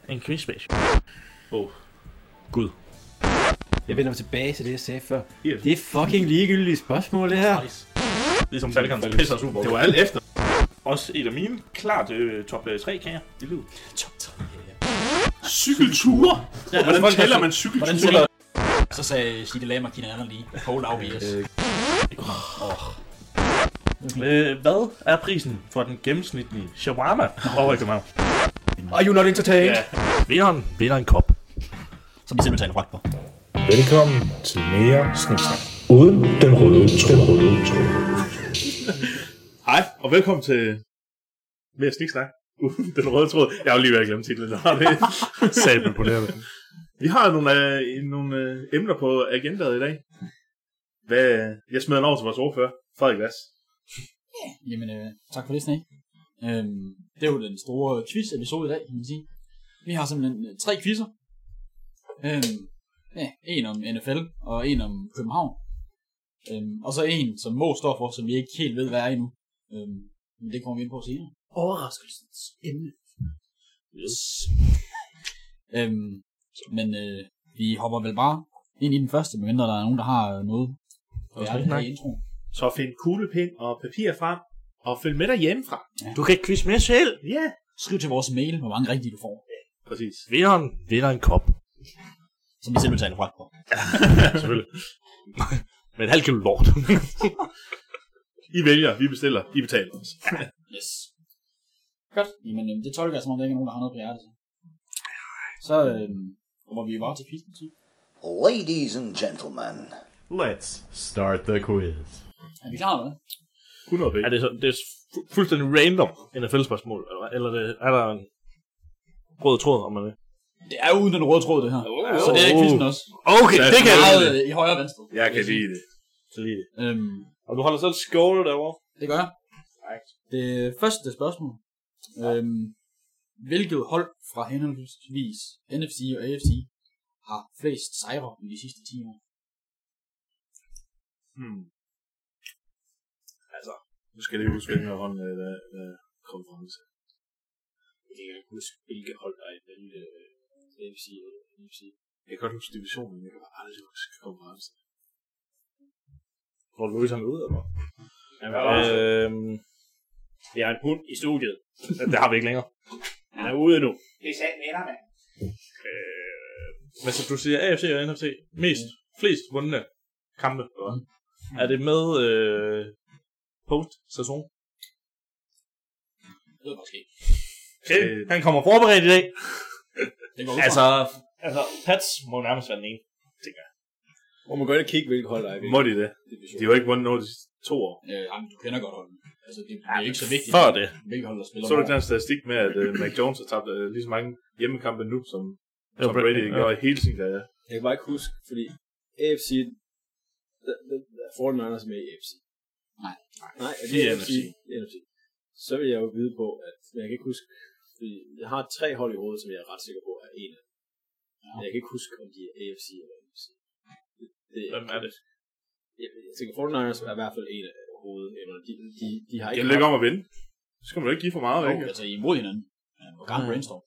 En quizspecial. Gud. Jeg vender tilbage til det, jeg sagde før. Det er fucking ligegyldigt spørgsmål, det her. Ligesom Falcons pisser Super. Det var alt efter. Også et af mine klart top 3 kager i livet. Top 3. Cykelture? Ja, Hvordan tæller man cykelture? Hvordan tæller? Så sagde Sidi Lama og Kina Anderli. Hold afviges. Hvad er prisen for den gennemsnitlige shawarma over i København? Are you not entertained? Vinderen vinder en kop. Som de selv betaler fragt på. Velkommen til mere sniksnak. Uden den røde tråd. Hej, og velkommen til mere sniksnak. Den røde tråd. Jeg har jo lige været at glemme titlen. Sabel på det. Vi har nogle emner på agendaet i dag. Jeg smider den over til vores ordfører, Frederik Vass. Jamen, tak for det, Snake. Det er jo den store quiz-episode i dag, kan man sige. Vi har simpelthen 3 quizzer. En om NFL, og en om København. Og så en, som Mo står for, som vi ikke helt ved, hvad er endnu. Men det kommer vi ind på senere. Overraskelsens emne. Yes. Men vi hopper vel bare ind i den første, medmindre der er nogen, der har noget. Og jeg er det her i introen. Så find kuglepen og papir frem, og følg med dig hjemmefra. Ja. Du kan ikke quiz mere selv. Ja. Skriv til vores mail, hvor mange rigtige du får. Præcis. Vinderen vinder en kop. Som vi selv betaler fragt på. Selvfølgelig. Med et halvt kilo lort. I vælger, vi bestiller, I betaler os. Yes. Godt. Jamen, det tolker jeg, som om der ikke er nogen, der har noget på hjertet. Så kommer vi bare til quizzen. Ladies and gentlemen, Let's start the quiz. Er vi klar med det? 100 penge. Er det er fuldstændig random NFL-spørgsmål? Eller er der en rød tråd, om man vil? Det er jo uden den røde tråd, det her. Så det er ikke quizzen også. Okay, det kan jeg meget lide. i højre og venstre. Jeg kan lide det. Så lige det. Og du holder selv skåle derovre? Det gør jeg. Det første spørgsmål. Hvilket hold fra henholdsvis NFC og AFC har flest sejre i de sidste 10 år? Altså, nu skal jeg huske, hvilken hånd konference. Jeg kan ikke huske, hvilke hold der er i den AFC og NFC. Jeg kan godt huske divisionen, men jeg kan bare aldrig huske konferencen. Hvor Louis han ud, eller? Vi har en hund i studiet. Det har vi ikke længere. Han er ude nu. det er sandt med dig, mand. Men så du siger AFC og NFC flest vundne kampe, eller? Er det med post-sæson? Det ved jeg måske. Okay. Han kommer forberedt i dag. Det går ud Altså, Pats må nærmest være den ene, tænker jeg. Hvor man går ind og kigge, hvilke hold der er i Må de det? De har jo ikke vundet noget de sidste 2 år. Jamen, du kender godt holdet. Altså, det er ikke så vigtigt, Før det. hvilke hold der spiller. Så er der den statistik med, at Mac Jones har tabt lige så mange hjemmekampe nu, som Brady gjorde i hele sin karriere. Jeg kan bare ikke huske, fordi AFC, Fortnite er med i AFC. Nej, det er NFC. Så vil jeg jo vide på, at jeg kan ikke huske, fordi jeg har 3 hold i hovedet, som jeg er ret sikker på er en af dem. Men jeg kan ikke huske, om de er AFC eller NFC. Hvem er det? Jeg tænker, Fortnite er i hvert fald en af hovedemnerne. De har ikke... Jeg lægger om at vinde. Så skal man jo ikke give for meget væk. Altså, I er imod hinanden. Hvor gammel brainstorm.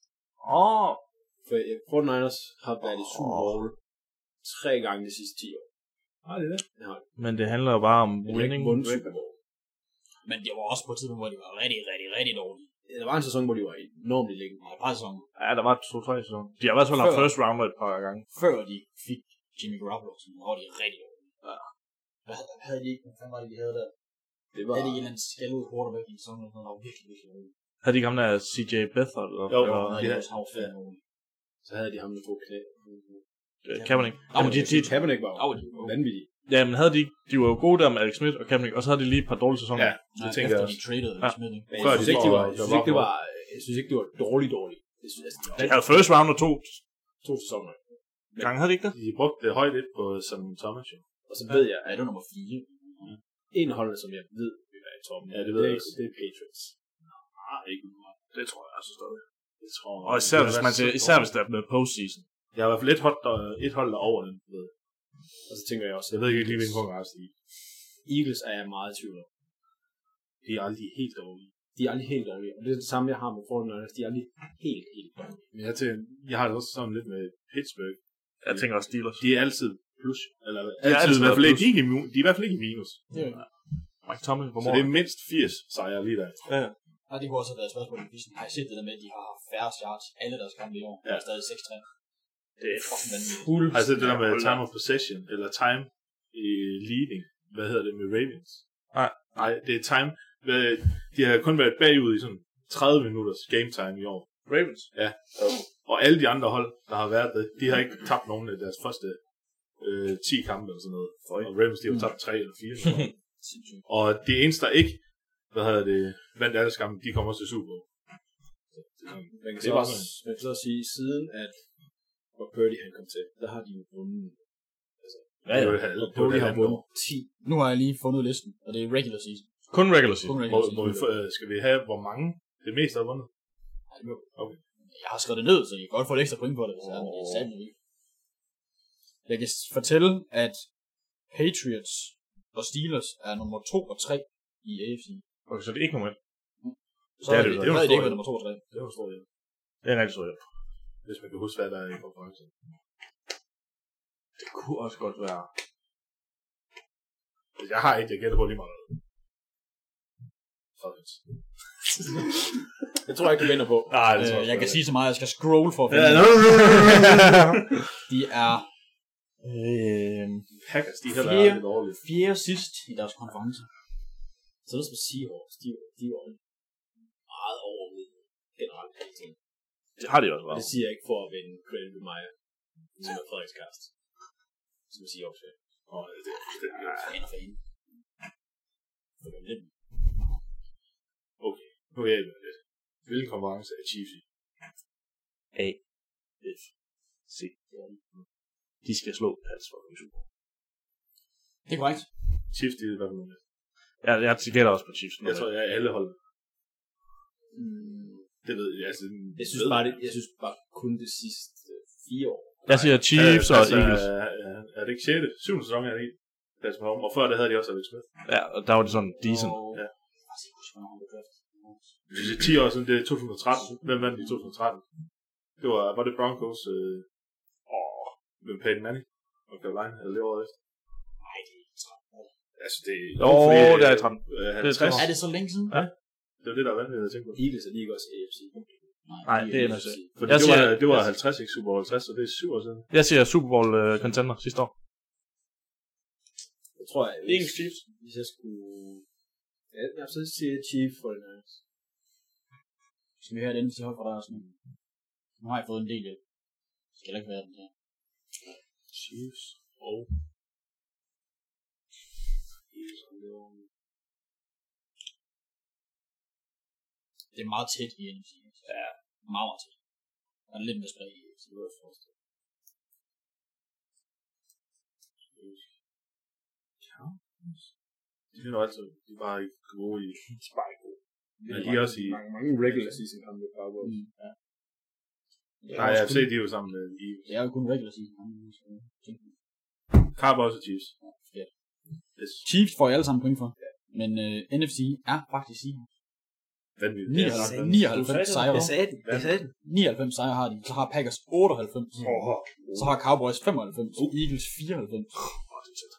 For Fortnite har været i Super Bowl 3 gange de sidste 10 år. Har de det? Det har de. Men det handler jo bare om De har ikke winning. vundet Super Bowl. Men det var også på et tidspunkt, hvor de var rigtig dårlige. Der var en sæson, hvor de var enormt i længden. Et par sæsoner. Ja, der var 2-3 sæsoner. De har i hvert fald haft first rounder et par gange. Før de fik Jimmy Garoppolo, så var de rigtig dårlige. Ja. Hvad havde de ikke? Hvad fanden var det, de havde der? Det var... Havde de ikke en eller anden skaldet quarterback i sæsonen, der var virkelig dårlig? Havde de ikke ham der CJ Beathard? Eller? Jo, Havde de også haft fandme dårlig? Så havde de ham med 2 knæ. Kaepernick. Kaepernick var jo vanvittig. Ja, men havde de var jo gode der med Alex Smith og Kaepernick, og så havde de lige et par dårlige sæsoner. Ja, det tænker jeg Efter også. de traded Ja. Smith, ikke? Men Før jeg synes de ikke, var- jeg synes ikke, det var dårligt. Jeg synes, De havde first rounder 2 sæsoner. gange, havde de ikke det? De brugte det højt lidt på Sam Thomas, jo. Og så ved jeg, Ja, det var nummer 4. en af holdene, som jeg ved vil være i toppen. Ja, det ved jeg også. Det er Patriots. Ikke meget. Det tror jeg også stadig. Det tror jeg. Og især hvis der er blevet postseason. Jeg har i hvert fald et hold der over den. Ved. Og så tænker jeg også, Jeg ved ikke lige, hvilken konkurrence de er i. Eagles er jeg meget i tvivl om. De er aldrig helt dårlige. De er aldrig helt dårlige. Og det er det samme, jeg har med 49ers. De er aldrig helt dårlige. Men jeg har det også sådan lidt med Pittsburgh. Jeg tænker også Steelers. De er altid plus. Eller er altid i hvert fald plus. ikke de er i hvert fald ikke i minus. Det er jo Mike Tomlin, hvor Så det er mindst 80 sejre lige der. Ja. Og det kunne også have været et spørgsmål i quizzen. Har I set det der med, at de har færre yards alle deres kampe i år? Ja. Og er stadig 6-3. Det er fucking vanvittigt. fuld. Altså det der med time of possession, eller time i leading. Hvad hedder det med Ravens? Nej, det er time. De har kun været bagud i sådan 30 minutters game time i år. Ravens? Ja. Og alle de andre hold, der har været det, de har ikke tabt nogen af deres første 10 kampe eller sådan noget. Og Ravens, de har tabt 3 eller 4. Og de eneste, der ikke vandt alle kampe, de kommer også til Super Bowl. Man kan så også sige, siden at hvor Purdy han kom til, der har de jo vundet. Altså, og Purdy har vundet 10. Nu har jeg lige fundet listen, og det er regular season. Kun regular season. Skal vi have, hvor mange det meste har vundet? Okay. Jeg har skrevet det ned, så I kan godt få et ekstra point på det, hvis det er sandt. Jeg kan fortælle, at Patriots og Steelers er nummer 2 og 3 i AFC. Okay, så det er ikke nummer 1. Så er det ikke nummer 2 og 3. Det var stor hjælp. Det er en rigtig stor hjælp. Hvis man kan huske, hvad der er i konferencen. Det kunne også godt være. Jeg har ikke, jeg gætter på lige meget. Falcons. Jeg tror ikke, du vinder på. Nej, det tror jeg kan sige så meget, at jeg skal scroll for at finde De er Packers, de heller er lidt dårlige. 4. sidst i deres konference. Så der er Seahawks, de var meget overhovedet generelt hele tiden. Det har de også været. Det siger jeg ikke for at vinde credit ved mig, som er Frederiks kast. Som Seahawks er. Det er fan for hende. Okay, nu er jeg med lidt. Hvilken konference er Chiefs i? A. F. C. De skal slå Pats for en Super Bowl. Det er korrekt. Chiefs, de er i hvert fald nummer 1. Jeg gætter også på Chiefs. Jeg tror, jeg er alle hold. Det ved jeg. Altså, jeg synes bare kun det sidste 4 år. Jeg siger Chiefs og Eagles. Er det ikke 6. 7. sæson er det ikke? Og før det havde de også Alex Smith. Ja, og der var det sådan decent. Ja. Det er 10 år siden, det er 2013. Hvem vandt i 2013? Det var det Broncos med Peyton Manning og Carolina, eller det året efter? Nej, det er ikke 13. Altså, det det er 13. 50. Er det så længe siden? Ja. Det var det, der var vanvittigt at tænke på. Eagles er lige også AFC. Nej, det er NFC. For det var 50, ikke Super Bowl 50, så det er 7 år siden. Jeg siger Super Bowl contender sidste år. Jeg tror, Eagles Chiefs. Hvis jeg skulle... Jeg så siger Chiefs for det næste. Skal vi have et endelig til hold fra dig også nu? Nu har jeg fået en del hjælp. Det skal ikke være den her. Chiefs og... Det er meget tæt i NFC. Ja, meget, meget tæt. Der er lidt med spray i NFC. De er jo altid, de er bare ikke gode i spejl. Men de er også i... Mange regular season kampe på Cowboys. Ja. Nej, jeg har set, de er jo sammen med Eagles. Det er jo kun regular season. Cowboys og Chiefs. Ja. Yes. Chiefs får I alle sammen point for. Ja. Men NFC er faktisk Seahawks. 99 sejre. Jeg sagde den. 99 sejre har de. Så har Packers 98. Så har Cowboys 95. Eagles 94. Det er tæt.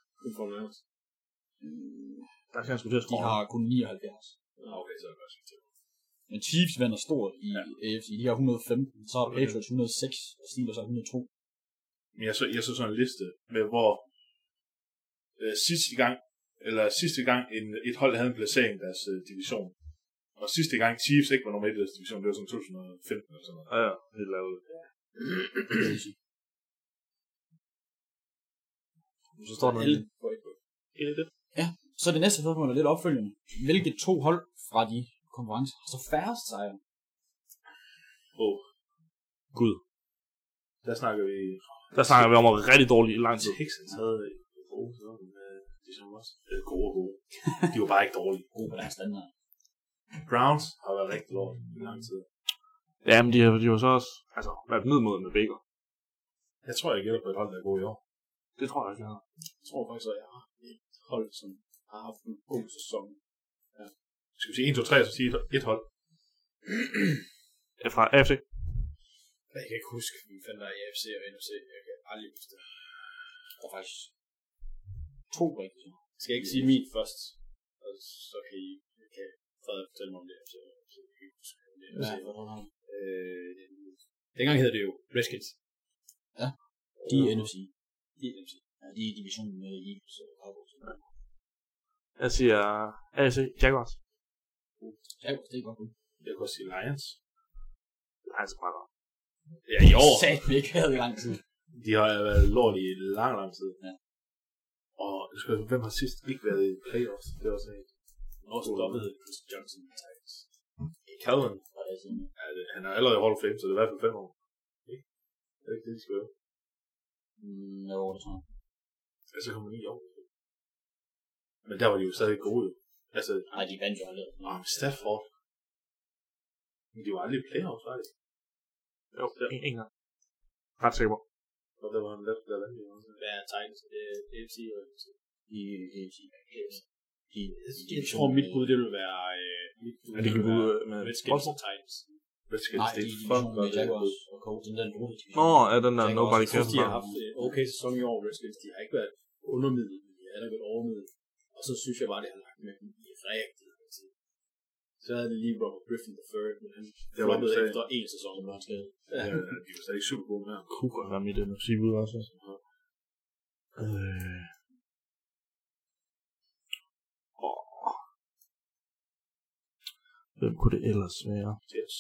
Der kan jeg sgu til at De har kun 79. Okay, så er det godt til. Men Chiefs vinder stort i AFC. De har 115. Så har Patriots 106. Og Steelers har 102. Men jeg så sådan en liste med, hvor sidste gang et hold havde en placering i deres division. Og sidste gang Chiefs ikke var nummer 1 i deres division, det var sådan 2015 eller sådan noget. Ja, helt lavet. Så står der Ja, så det næste spørgsmål er lidt opfølgende. Hvilke 2 hold fra de konferencer har så færrest sejre? Gud. Der snakker vi om at være rigtig dårligt i lang tid. Texans havde gode sådan, de som også gode. De var bare ikke dårlige. Gode på deres standard. Browns har været rigtig dårlige i lang tid. Ja, men de har så også været middelmåde med Baker. Jeg tror, jeg gælder på et hold, der er gode i år. Det tror jeg ikke, jeg har. Jeg tror faktisk, at jeg har et hold, som har haft en god sæson. Ja. Skal vi sige 1, 2, 3, og så sige et hold? Fra AFC. Jeg kan ikke huske, vi fandt der i AFC og NFC. Jeg kan aldrig huske det. Der er faktisk 2 rigtige. Skal jeg ikke sige min først? Og så kan Frederik fortælle mig om det. Så jeg kan ikke huske, om det er NFC. Dengang hed det jo Redskins. Ja, de er NFC. Ja, de er i divisionen med Eagles og Cowboys. Jeg siger AFC Jaguars. Jaguars, det er godt. Jeg kan også sige Lions. Lions er brænder. Ja, i år. Sat vi ikke været i lang tid. De har været lort i lang tid. Ja. Og hvem har sidst ikke været i playoffs? Det var sådan en. Og stoppede Chris Johnson i Titans. Calvin. Ja, han er allerede i Hall of Fame, så det er i hvert fald 5 år. Ikke? Det er ikke det, de skal gøre. Jo, det tror jeg. Ja, så kommer 9 år. Men der var de jo stadig gode. Altså, nej, de vandt jo aldrig. Stafford. Men de var aldrig i playoffs, var de? Jo, en gang. Ret sikker på. Og der var en let, der vandt. Hvad er Titans? AFC og AFC? AFC. Jeg tror, mit bud, det vil være... Er det ikke bud med Redskins og Titans? Redskins, nej, de er fuck med Jaguars og Colts. Den rolige division. Nå, er den der nobody cares about. De har haft okay sæson i år, Redskins. De har ikke været undermiddel, men de har været overmiddel. Og så synes jeg bare, det har lagt med dem i rigtig lang tid. Så havde det lige Robert Griffin III, men han floppede efter 1 sæson, hvor han skrev. Ja, de var stadig super gode med ham. Kunne godt være mit NFC-bud også. Hvem kunne det ellers være? Jets.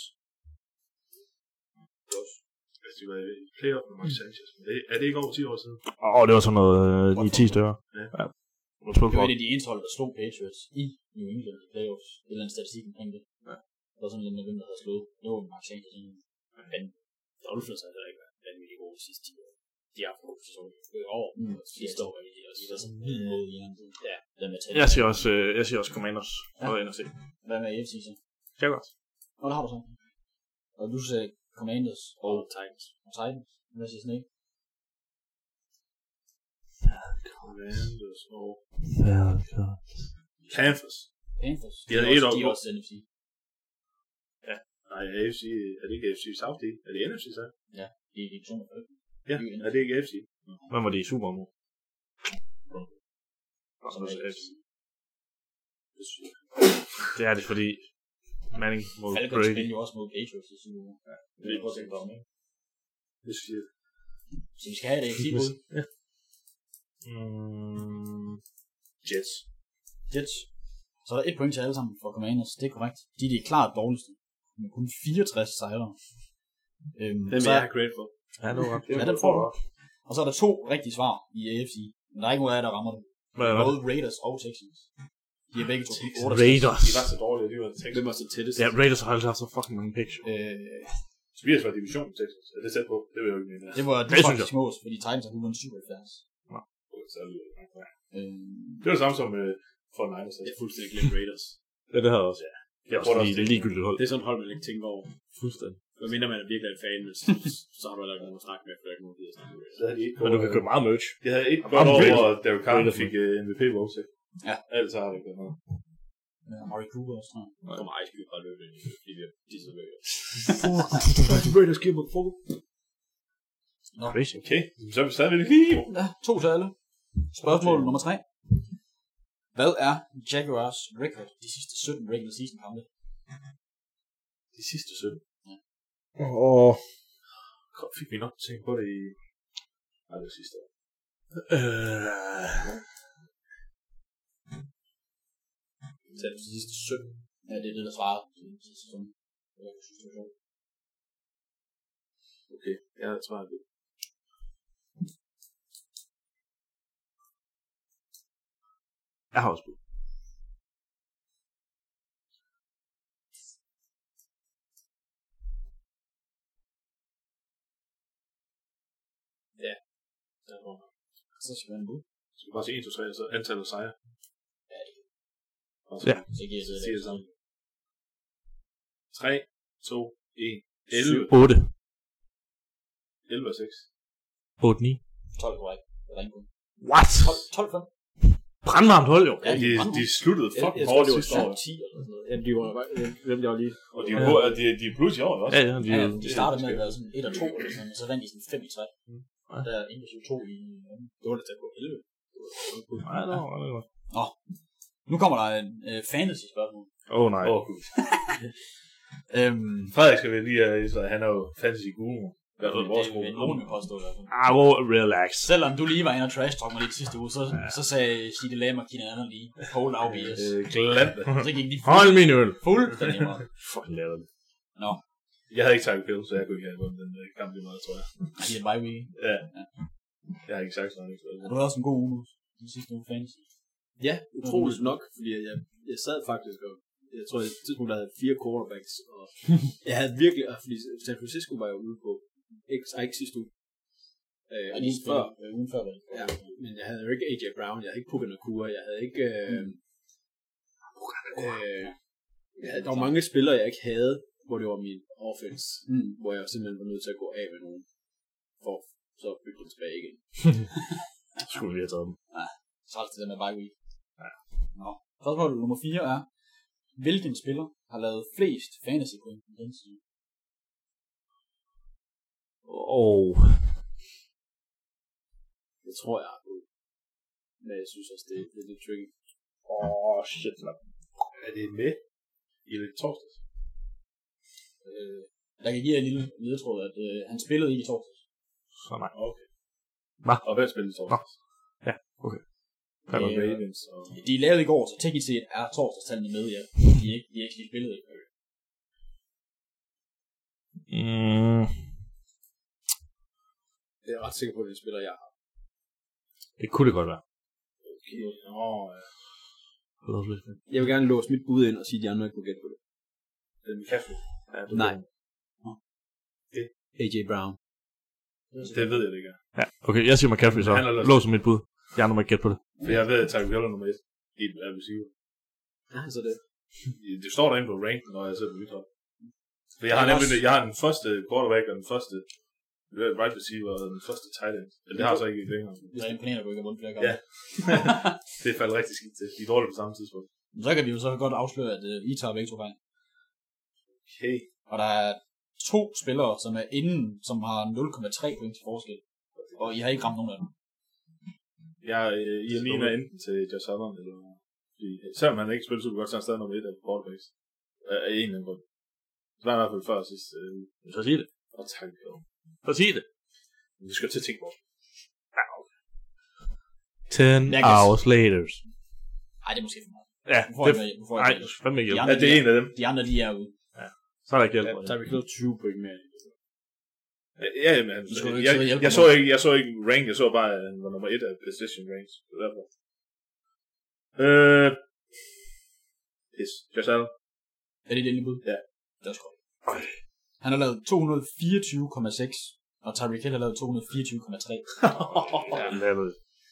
Hvis de var i playoff med Mark Sanchez. Er det ikke over 10 år siden? Det var sådan noget 9-10 stykker. Ja. Det var det de eneste hold, der slog Patriots i New England i playoffs. Et eller andet statistik omkring det. Ja. Der var sådan lidt af hvem, der havde slået. Det var Mark Sanchez. Men Dolphins har heller ikke været vanvittigt gode de sidste 10 år. De har haft en god sæson i år. Sidste år er de også. Det er sådan en måde i gang. Ja. Jeg siger også Commanders og NFC. Hvad med AFC så? Jaguars. Der har du så. Og du sagde Commanders og Titans. Hvad siger Snake? Commanders og Panthers. Panthers. De havde et år. De er også NFC. Ja. Nej, AFC. Er det ikke AFC South? Er det NFC så? Ja, det er division af folk. Ja, er det ikke AFC? Hvem var det i Super Bowl? Det er det, fordi Manning mod Brady. Falcons spiller jo også mod Patriots i Super Bowl. Ja, det er prøv at tænke på ham, ikke? Det siger det. Så vi skal have et AFC-bud. Ja. Jets. Så er der 1 point til alle sammen for Commanders. Det er korrekt. De er klart dårligste. Med kun 64 sejre. Den vil jeg have grade for. Ja, det var godt. Ja, den får du. Og så er der 2 rigtige svar i AFC. Men der er ikke nogen af jer, der rammer det. Både Raiders og Texans. De er begge to. Raiders. De var så dårlige, de var Texans. Hvem var så tættest? Ja, Raiders har altid haft så fucking mange picks. Spears var division i Texas. Er det tæt på? Det vil jeg jo ikke mene. Det var faktisk smås, fordi Titans har vundet 77. Det var det samme som for Niners. Det er fuldstændig glemt Raiders. Ja, det havde jeg også. Jeg tror også, det er ligegyldigt hold. Det er sådan et hold, man ikke tænker over. Fuldstændig. Hvad mindre man er virkelig en fan, men så har du heller ikke nogen at snakke med, for der er ikke nogen, der gider snakke med. Men du kan købe meget merch. Det havde ikke godt over, at Derek Carr fik MVP-votes. Ja. Alt har det ikke noget. Ja, Amari Cooper også, tror jeg. Der kommer Ice Cube bare løbe ind, fordi vi har disse Raiders. Raiders giver mig fuck. Crazy. Okay, så er vi stadigvæk lige. Ja, 2 til alle. Spørgsmål nummer 3. Hvad er Jaguars record de sidste 17 regular season kampe? De sidste 17? Ja. Fik vi nok tænkt på det i... Nej, det var sidste år. Så de sidste 17? Ja, det er det, der svarer til den sidste sæson. Jeg synes, det er sjovt. Okay, jeg har svaret det. Jeg har også bud. Ja. Så skal vi have en bud. Skal vi bare sige 1, 2, 3, og så antallet sejre? Ja, det kan. Ja. Så giver jeg det sammen. 3, 2, 1, 11. 8. 11 og 6. 8, 9. 12 korrekt. Det er ingen bud. What? 12 5. Brandvarmt hold, jo. Ja, De sluttede Jeg fucking tror, hårdt det var sidste år. top 10 eller sådan noget. Ja, de var glemte jeg var lige. Og de er plus i år også. Ja, de startede med at være sådan 1 og 2, eller sådan, og så vandt de sådan 5 i træk. Og der er inklusiv 2 i... Det var da tæt på 11. Nej, det var godt. Nå, nu kommer der en fantasy-spørgsmål. Nej. Gud. Frederik skal vi lige have, han er jo fantasy-guru. I hvert fald i vores gruppe. Det er nogen, vi påstår i hvert fald. Relax. Selvom du lige var inde og trash-talk mig lidt sidste uge, så sagde Sidi Lam og Kina Anna lige, hold afbies. Glem det. Så gik de Hold min øl. fuldstændig meget. Fucking latterligt. Nå, Jeg havde ikke taget pille, så jeg kunne ikke have vundet den kamp lige meget, tror jeg. de er bye week. Ja. Jeg har ikke sagt sådan noget. Har du havde også en god uge nu, den sidste uge fantasy? Ja, utroligt nok, fordi jeg sad faktisk og jeg tror, at på et tidspunkt, der havde 4 quarterbacks, og jeg havde virkelig, fordi San Francisco var jo ude på, ikke sidste uge, Og lige før, ugen før, vel? ja, men jeg havde jo ikke AJ Brown, jeg havde ikke Puka Nakua, jeg havde ikke, der var mange spillere, jeg ikke havde, hvor det var min offense, hvor jeg simpelthen var nødt til at gå af med nogen, for så at bygge dem tilbage igen. Skulle vi have taget dem. Ja, så er det den der bye week. Ja. Nå. Spørgsmål nummer 4 er, hvilken spiller har lavet flest fantasy point i den sæson? Det tror jeg, men jeg synes også, det er lidt tricky. Shit, man. Er det med i lidt torsdags? Jeg kan give jer en lille ledetråd, at han spillede ikke i torsdags. Så nej. Okay. Hvad? Og hvem spillede i torsdags? Ja, okay. Der var Ravens og... De er lavet i går, så teknisk set er torsdagstallene med, ja. De er ikke spillet. Jeg er ret sikker på, at det spiller jeg har. Det kunne det godt være. Okay. Jeg vil gerne låse mit bud ind og sige, at de andre ikke må gætte på det. Det er McCaffrey. Ja, Nej. AJ Brown. Det ved jeg det ikke. Ja, okay, jeg siger McCaffrey så. Låser mit bud. Jeg andre må ikke gætte på det. For jeg ved, at Tyreek Hill er nummer 1 i et receiver. Ja, så det. Det står derinde på rank, når jeg sætter mit hold. For jeg har nemlig jeg har den første quarterback og den første right receiver og den første tight end. Men det har jeg så ikke længere. Det er imponerende, at du ikke har vundet flere gange. Ja. Det faldt rigtig skidt til. De er dårlige på samme tidspunkt. Så kan vi jo så godt afsløre, at I tager begge to fejl. Okay. Og der er 2 spillere, som er inden, som har 0,3 point til forskel. Og I har ikke ramt nogen af dem. I er lige enten til Josh Allen, eller... Selvom han ikke spiller, så kan du godt tage stadig nummer 1 af quarterbacks. Af en eller anden grund. Det var i hvert fald før sidste uge. Så sig det. Og tak. Så sig det. Men du skal til at tænke på. Ja, okay. 10 hours later. Ej, det er måske for meget. Ja, nej, fandme ikke hjælp. Ja, det er en af dem. De andre, de er ude. Ja, så er der ikke hjælp. Der er vi klart 20 point mere. Ja, men jeg så ikke rank, jeg så bare, at han var nummer 1 af position ranks. Så derfor. Josh Allen. Er det det endelige bud? Ja. Det er godt. Han har lavet 224,6, og Tyreek Hill har lavet 224,3. Ja, det er det.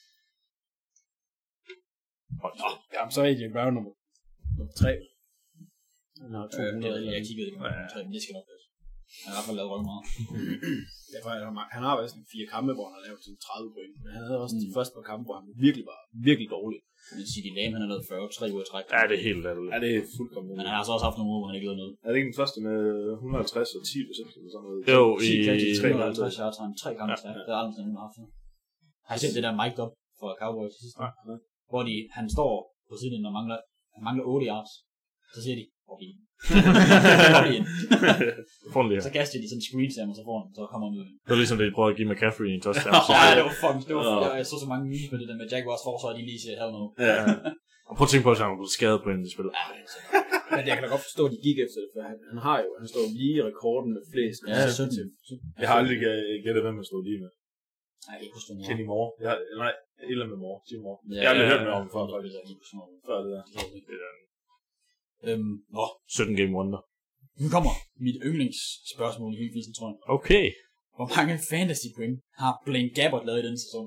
Jamen, så er AJ Brown nummer 3. Nå, jeg kiggede ikke på 3, men det skal nok være. Han har i hvert fald lavet røg meget. Han har været sådan 4 kampe, hvor han har lavet sådan 30 point. Men han havde også de første par kampe, hvor han virkelig var virkelig dårlig. Det siger, de Lam, han har lavet 3 uger i træk. Ja, det er helt latterligt. Ja, det er fuldkommen. Men han har så også haft nogle uger, hvor han ikke lavede noget. Er det ikke den første med 150 og 10% eller sådan noget? Jo, i 350 yards har han 3 gange stærkt. Det er aldrig sådan, han har haft. Har I set det der mic'd up for Cowboys sidste? Hvor han står på siden og mangler 8 yards. Så siger de, okay. Så kaster de sådan en screen til ham, og så får han, så kommer han ud. Det var ligesom det, de prøvede at give McCaffrey en touchdown. Ja, det var fucking, jeg så mange memes med det der med Jaguars forsvar, de lige siger, hell no. Ja. Og prøv at tænke på, at han var blevet skadet på en spil. Men jeg kan da godt forstå, at de gik efter det, for han står lige i rekorden med flest. Ja, 17. Jeg har aldrig gættet, hvem man stod lige med. Nej, ikke forstå noget. Kenny Moore. Nej, et eller andet med Moore. Jim Moore. Jeg har aldrig hørt med om før. Før det der. 17 game wonder. Nu kommer mit yndlingsspørgsmål i hele visen, tror jeg. Okay. Hvor mange fantasy point har Blaine Gabbert lavet i den sæson?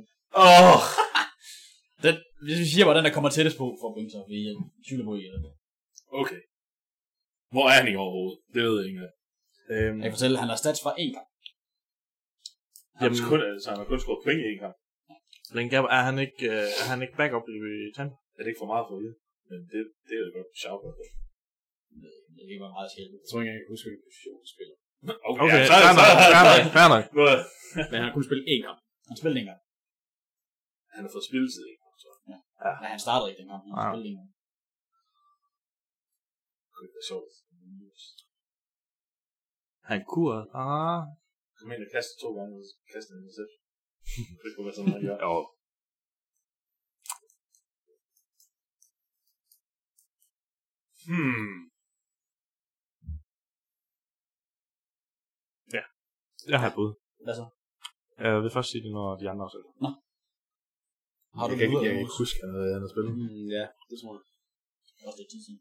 Hvis vi siger, hvordan der kommer tættest på for point, så vi tvivler på i det. Okay. Hvor er han ikke overhovedet? Det ved jeg ikke. Jeg kan fortælle, at han har stats fra 1 gang. Så han har kun skåret point i 1 gang. Blaine Gabbert, er han ikke backup i Tampa? Er det ikke for meget for det? Men det er jo godt sjovt. Det var meget sjældent. Jeg tror ikke, jeg kan huske, hvilken position han spiller. Okay, fair nok. Men han har kun spillet én kamp. Han spillede en gang. Han har fået spilletid, ikke? Ja, han startede ikke den kamp. Han spillede en gang. Det er sjovt. Han kunne. Kom ind og kaste 2 gange, og kaste en selv. Det kunne være sådan noget, han gør. Jo. Ja. Jeg har et bud. Hvad så? Jeg vil først sige det, når de andre også er. Nå. Har du Jeg kan ikke huske, hvad han har spillet. Ja, det tror jeg. Også det 10 siden.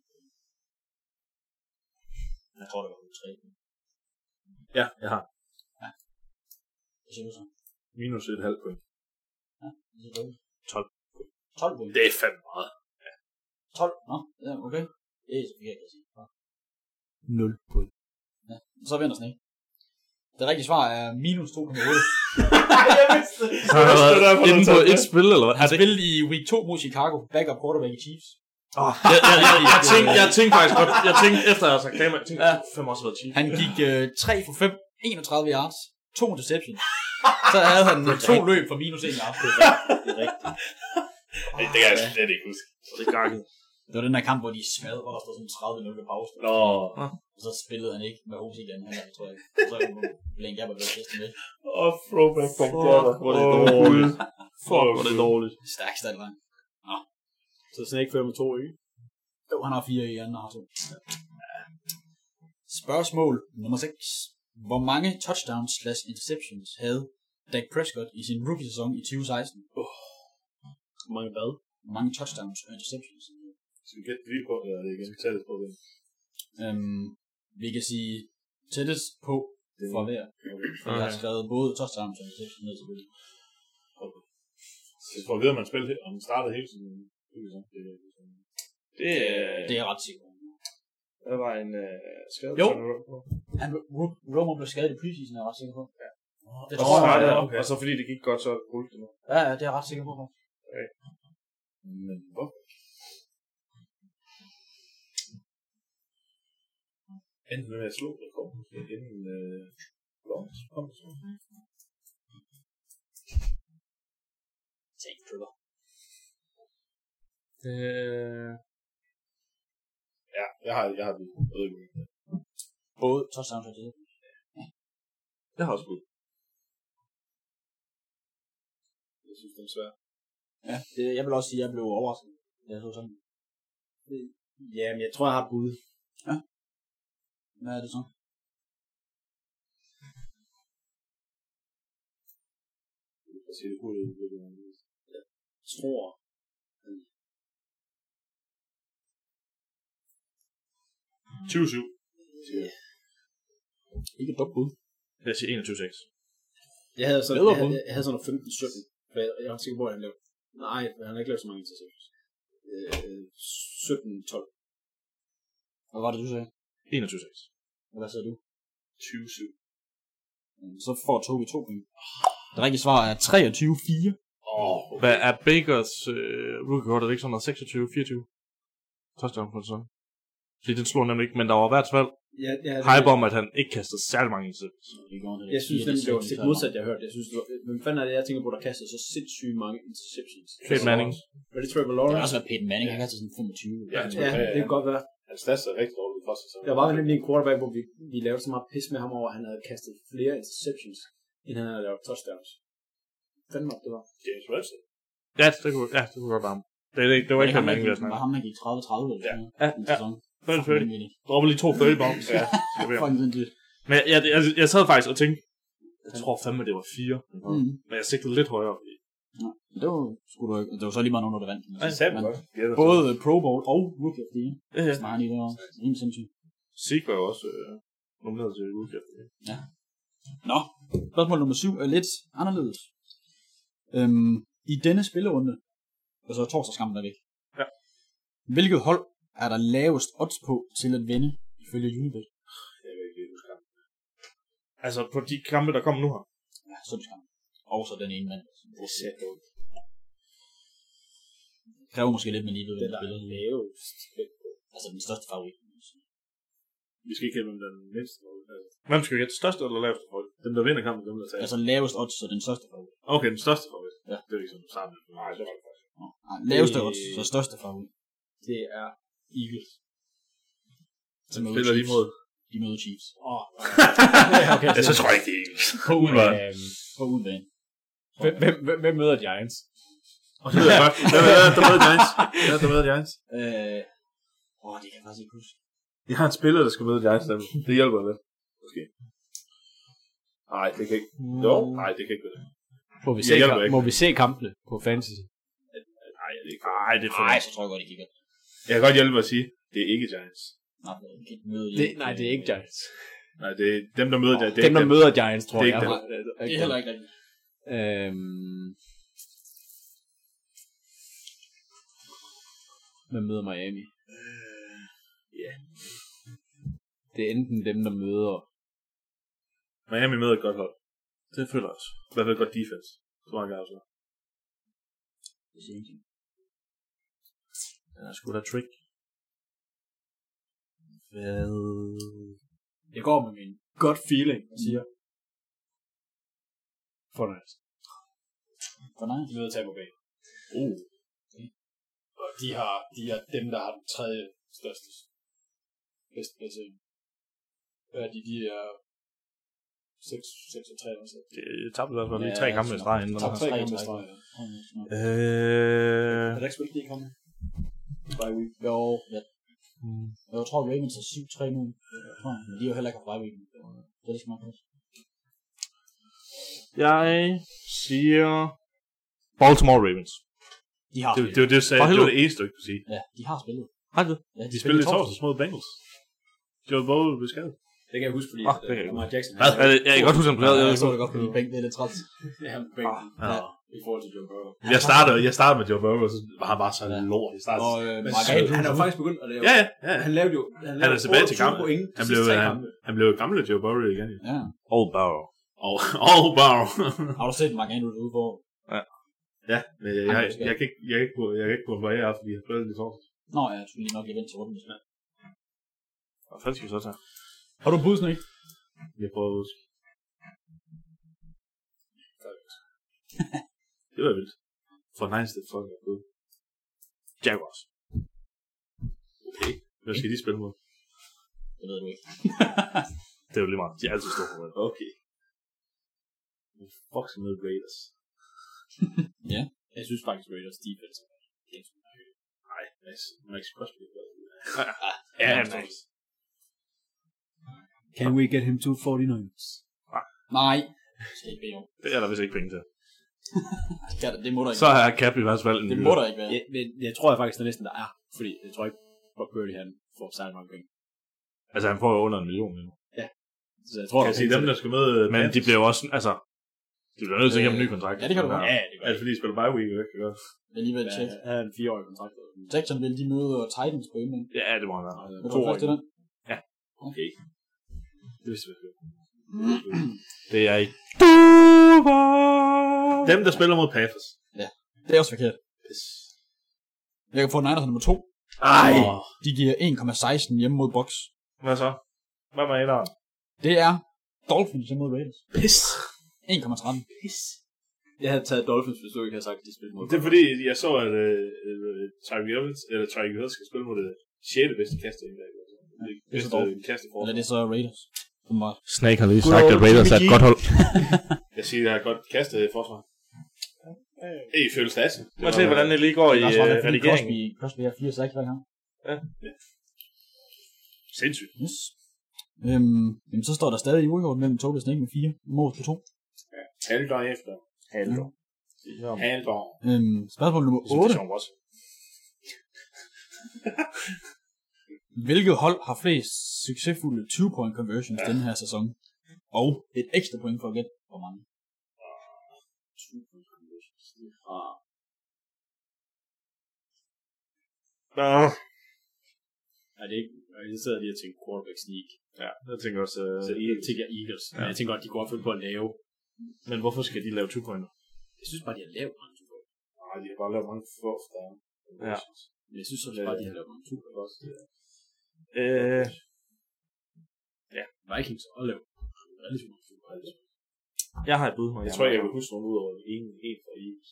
Jeg tror, det var 3. Ja, jeg har. Hvad siger du så? Minus 1,5 point. Ja, det er dårligt. 12. 12 point. Det er fandme meget. 12? Nå, ja, okay. Det er så forkert, jeg siger. 0 point. Ja, så vender sådan ikke. Det rigtige svar er minus 2,8. Jeg vidste det. Så har han været inde på et spil, eller hvad? Han spillede i week 2 mod Chicago, backup quarterback i Chiefs. Jeg tænkte faktisk godt, efter jeg havde sagt Kramer, jeg tænkte, at 5 også har været Chiefs. Han gik 3 for 5, 31 yards, 2 interceptions. Så havde han 2 løb for minus 1 yard. Det er rigtigt. Det kan jeg slet ikke huske. Det er gakket. Det var den der kamp, hvor de smadrede, hvor der stod sådan 30-0 ved pause. Nå. Og så spillede han ikke med Hose igen, tror jeg. Så Blaine Gabbert blev testet med. Throwback from Gabbert. Hvor det dårligt. Fuck, hvor det dårligt. Stærk standvej. Så Snake fører med 2, ikke? Jo, han har 4 i anden, har 2. Spørgsmål nummer 6. Hvor mange touchdowns/interceptions havde Dak Prescott i sin rookie-sæson i 2016? Hvor mange hvad? Hvor mange touchdowns og interceptions? Skal vi gætte vildt på det, eller er det igen tættest på det? Vi kan sige tættest på for hver. For jeg har skrevet både touchdowns og interceptions ned selvfølgelig. Så får at vide, at man spiller, om man startede hele tiden. Det er jeg ret sikker på. Der var en skade. Jo. Romo blev skadet i preseason, er jeg ret sikker på. Ja. Det tror jeg. Okay. Og så fordi det gik godt, så er det guld. Ja, det er jeg ret sikker på. Okay. Men hvor? Enten med at slå rekord, inden Lawrence kom så. Take Trevor. Ja, jeg har det. Både touchdowns og det. Ja. Jeg har også bud. Jeg synes, det er svært. Ja, jeg vil også sige, at jeg blev overrasket. Jeg så sådan. Ja, men jeg tror, jeg har et bud. Ja. Hvad er det så? Jeg siger, det kunne det. Jeg tror. 27. Ikke et dumt bud. Jeg siger 21-6. Jeg havde sådan noget 15-17. For jeg var sikker på, at han lavede. Nej, han har ikke lavet så mange interceptions. 17-12. Hvad var det, du sagde? 21-6. Hvad sagde du? 20-7. Så får Tobi 2 point. Det rigtige svar er 23-4. Okay. Hvad er Bakers rookie record? Er det ikke sådan noget 26-24? Touchdown på sådan. Fordi den slog nemlig ikke, men der var i hvert fald hype om, at han ikke kastede særlig mange interceptions. Jeg synes nemlig, det var det modsat, jeg hørte. Jeg synes, hvem fanden er det, jeg tænker på, der kastede så sindssygt mange interceptions? Peyton Manning. Var det Trevor Lawrence? Det har også været Peyton Manning, han kastede sådan 25. Ja, det kan godt være. Han stats er rigtig dårligt for sig. Der var nemlig en quarterback, hvor vi lavede så meget pis med ham over, at han havde kastet flere interceptions, end han havde lavet touchdowns. Fanden op, det var. James Webster. Ja, det kunne godt være ham. Det var ikke Peyton Manning, det var ham, der gik 30-30 eller sådan noget. Ja. Selvfølgelig. Dropper lige 2 30 bombs. Ja. Men jeg sad faktisk og tænkte, jeg tror fandme, det var 4. Men jeg sigtede lidt højere. Ja, det var sgu da ikke. Det var så lige meget nogen, der vandt. Ja, det sagde godt. Både Pro Bowl og Rookie of the Year. Ja. Snakker lige der. Ingen sindssygt. Zeke var jo også nomineret til Rookie of the Year. Ja. Nå, spørgsmål nummer 7 er lidt anderledes. I denne spillerunde, og så torsdagskampen er væk. Ja. Hvilket hold er der lavest odds på til at vinde, ifølge Unibet? Jeg vil ikke huske kampen. Altså på de kampe, der kommer nu her? Ja, søndagskampen. Og så den ene mand. Det ser dårligt. kræver måske lidt med livet. Det der er lavest. Altså den største favorit. Vi skal ikke have den mindste favorit. Altså. Hvem skal vi gætte? Største eller laveste favorit? Dem, der vinder kampen, dem der tager. Altså lavest odds, så den største favorit. Okay, den største favorit. Ja. Det er ikke sådan, du starter med. Nej, det var det faktisk. Nej, laveste odds, så største favorit. Det er Eagles. Så spiller de mod. De møder Chiefs. Okay, ja, så tror jeg ikke, det er Eagles. På udebane. Hvem møder Giants? Og så ved jeg godt, hvem er der møder Giants? Hvem er der møder Giants? Det kan jeg faktisk ikke huske. Jeg har en spiller, der skal møde Giants. Det hjælper lidt. Måske. Nej, det kan ikke. Jo, nej, det kan ikke være det. Må vi se kampene på fantasy? Nej, det er ikke. Nej, så tror jeg godt, I kigger. Jeg kan godt hjælpe at sige, det er ikke Giants. Nej, det er ikke Giants. Nej, det er dem, der møder Giants. Dem, der møder Giants, tror jeg. Det er heller ikke rigtigt. Hvem møder Miami? Ja. Det er enten dem, der møder... Miami møder et godt hold. Det føler jeg også. I hvert fald godt defense. Så mange gange også. Det siger ingenting. Den er sgu da trick. Hvad? Jeg går med min godt feeling og siger... Fornøjelse. Fornøjelse? De møder Tampa Bay. Okay. Og de er dem, der har den tredje største bedste placering. Hvad er de? De er 6 og 3 også. Det tabte i hvert fald lige 3 kampe i streg inden. Tabte 3 kampe i streg, ja. Er der ikke spillet de kampe? Bye week. Jo, ja. Jeg tror, Ravens er 7-3 nu. Men de er jo heller ikke haft bye week. Det skal man også. Jeg siger Baltimore Ravens. De har det var det eneste, du ikke kunne sige. Ja, de har spillet. Har de? Ja, de spillede i torsdags mod Bengals. Joe Burrow blev skadet. Det kan jeg huske, fordi Lamar Jackson... Jeg kan godt huske, han blev... Jeg så det godt på min bænk, det er lidt træt. Ja, bænken. I forhold til Joe Burrow. Jeg startede med Joe Burrow, og så var han bare så lort i starten. Han er jo faktisk begyndt at lave... Ja. Han lavede jo... Han er tilbage til kampen. Han blev gamle Joe Burrow igen. Ja. Old Burrow. Old Burrow. Har du set Mark Andrews ude for? Ja, men jeg kan ikke på, hvad jeg har, fordi jeg har spillet i torsdag. Nå ja, jeg skulle lige nok lige vente til runden. Hvad fanden skal vi så tage? Har du bussen, ikke? Jeg prøver at huske. Det var vildt. For Niners, det folk er gået. Jaguars. Okay. Hvad skal de spille mod? Det ved du ikke. Det er jo lige meget. De er altid store for det. Okay. Fox med Raiders. Ja. Jeg synes faktisk, Raiders defense er nej, Max Crosby. Ja, nice. Can we get him to 49ers? Nej. Det er der vist ikke penge til. Det må der ikke. Så er Cap i hvert fald en... Det må der ikke være. Jeg tror faktisk, der næsten der er. Fordi jeg tror ikke, Brock Purdy han får særlig mange penge. Altså han får jo under 1 million. Ja. Så jeg tror, kan jeg sige dem, der skal møde... Men de bliver jo også... Altså... De bliver nødt til at give en ny kontrakt. Ja, det kan du godt. Ja, det gør. Altså fordi de spiller bye week, ikke? Det er lige ved at tjekke. Han har en 4-årig kontrakt. Jacksonville, de møder Titans på hjemme. Ja, det må han være. Vil du have til den? Ja. Okay. Det vidste vi. Det er ikke... Dem, der spiller mod Panthers. Ja, det er også forkert. Jeg kan få Niners nummer 2. Ej! De giver 1,16 hjemme mod Bucks. Hvad så? Hvad var etteren? Det er Dolphins hjemme mod Raiders. Pis. 1,13. Pis. Jeg havde taget Dolphins, hvis du ikke havde sagt, at de spiller mod. Det er fordi, jeg så, at Tyreek Hill skal spille mod det 6. bedste kaster i dag. Det er så Dolphins. Eller det er så Raiders. Snake har lige sagt, at Raiders er et godt hold. Jeg siger, at jeg har godt kastet i forsvar. I følge statsen. Må se, hvordan det lige går i redigeringen. Crosby er 4-6 hver gang. Ja. Sindssygt. Yes. Jamen, så står der stadig i uafgjort mellem Tobias Snake med 4 mål på 2. Ja. Halvdår efter. Halvdår. Spørgsmål nummer 8. Hvilket hold har flest succesfulde 20-point conversions denne her sæson? Og et ekstra point for at gætte, hvor mange? 20-point conversions. Det har... Er det ikke... Jeg sidder lige og tænker quarterback sneak. Ja, jeg tænker også... Så jeg tænker Eagles. Ja. Men jeg tænker godt, de går op på at lave. Men hvorfor skal de lave 20 pointer? Jeg synes bare, de har lavet mange 20 pointer. Nej, de har bare lavet mange first down. Ja. Men jeg synes også bare, de har lavet nogle super også. Ja. Vikings og lavet relativt mange super. Jeg har et bud. Jeg tror ikke, jeg vil huske nogen ud over en for Eagles.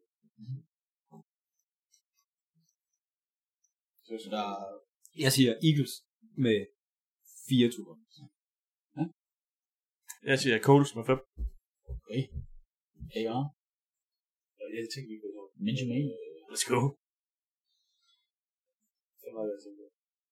Så der... Jeg siger Eagles med 4 ture. Ja? Jeg siger Coles med 5. Okay. AR. Jeg tænkte ikke på det. Ninja Man. Let's go. Så meget jeg tænkte.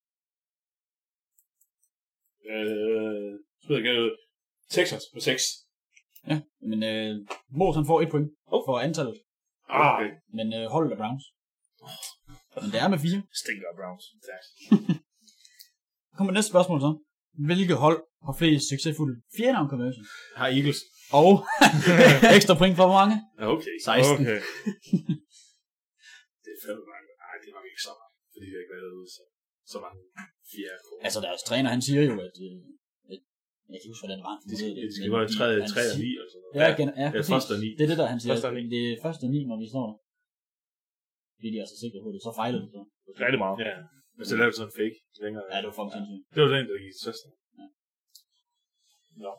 Texans med 6. Ja, men Mås han får 1 point for antallet. Okay. Men holdet er Browns. Men det er med 4. Stinker Browns. Tak. Kommer næste spørgsmål så. Hvilket hold har flest succesfulde fjerde down conversion? Har Eagles. Og ekstra point for hvor mange? Okay. 16. Okay. Det er fandme mange. Nej, det er nok ikke så mange. Fordi vi har ikke været ude så mange fjerde kort. Altså deres træner, han siger jo, at jeg kan ikke huske, hvordan det var. Det skal være 3 og 9 eller sådan noget. Ja, det er første og 9. Det er det, der han siger. Det er første og 9, når vi står der. Vi er altså sikre på det. Så fejler det så. Rigtig meget. Ja. Men så lavede sådan en fake længere. Ja, det var fucking sindssygt. Det var den, der gik til søster. Ja. Nå.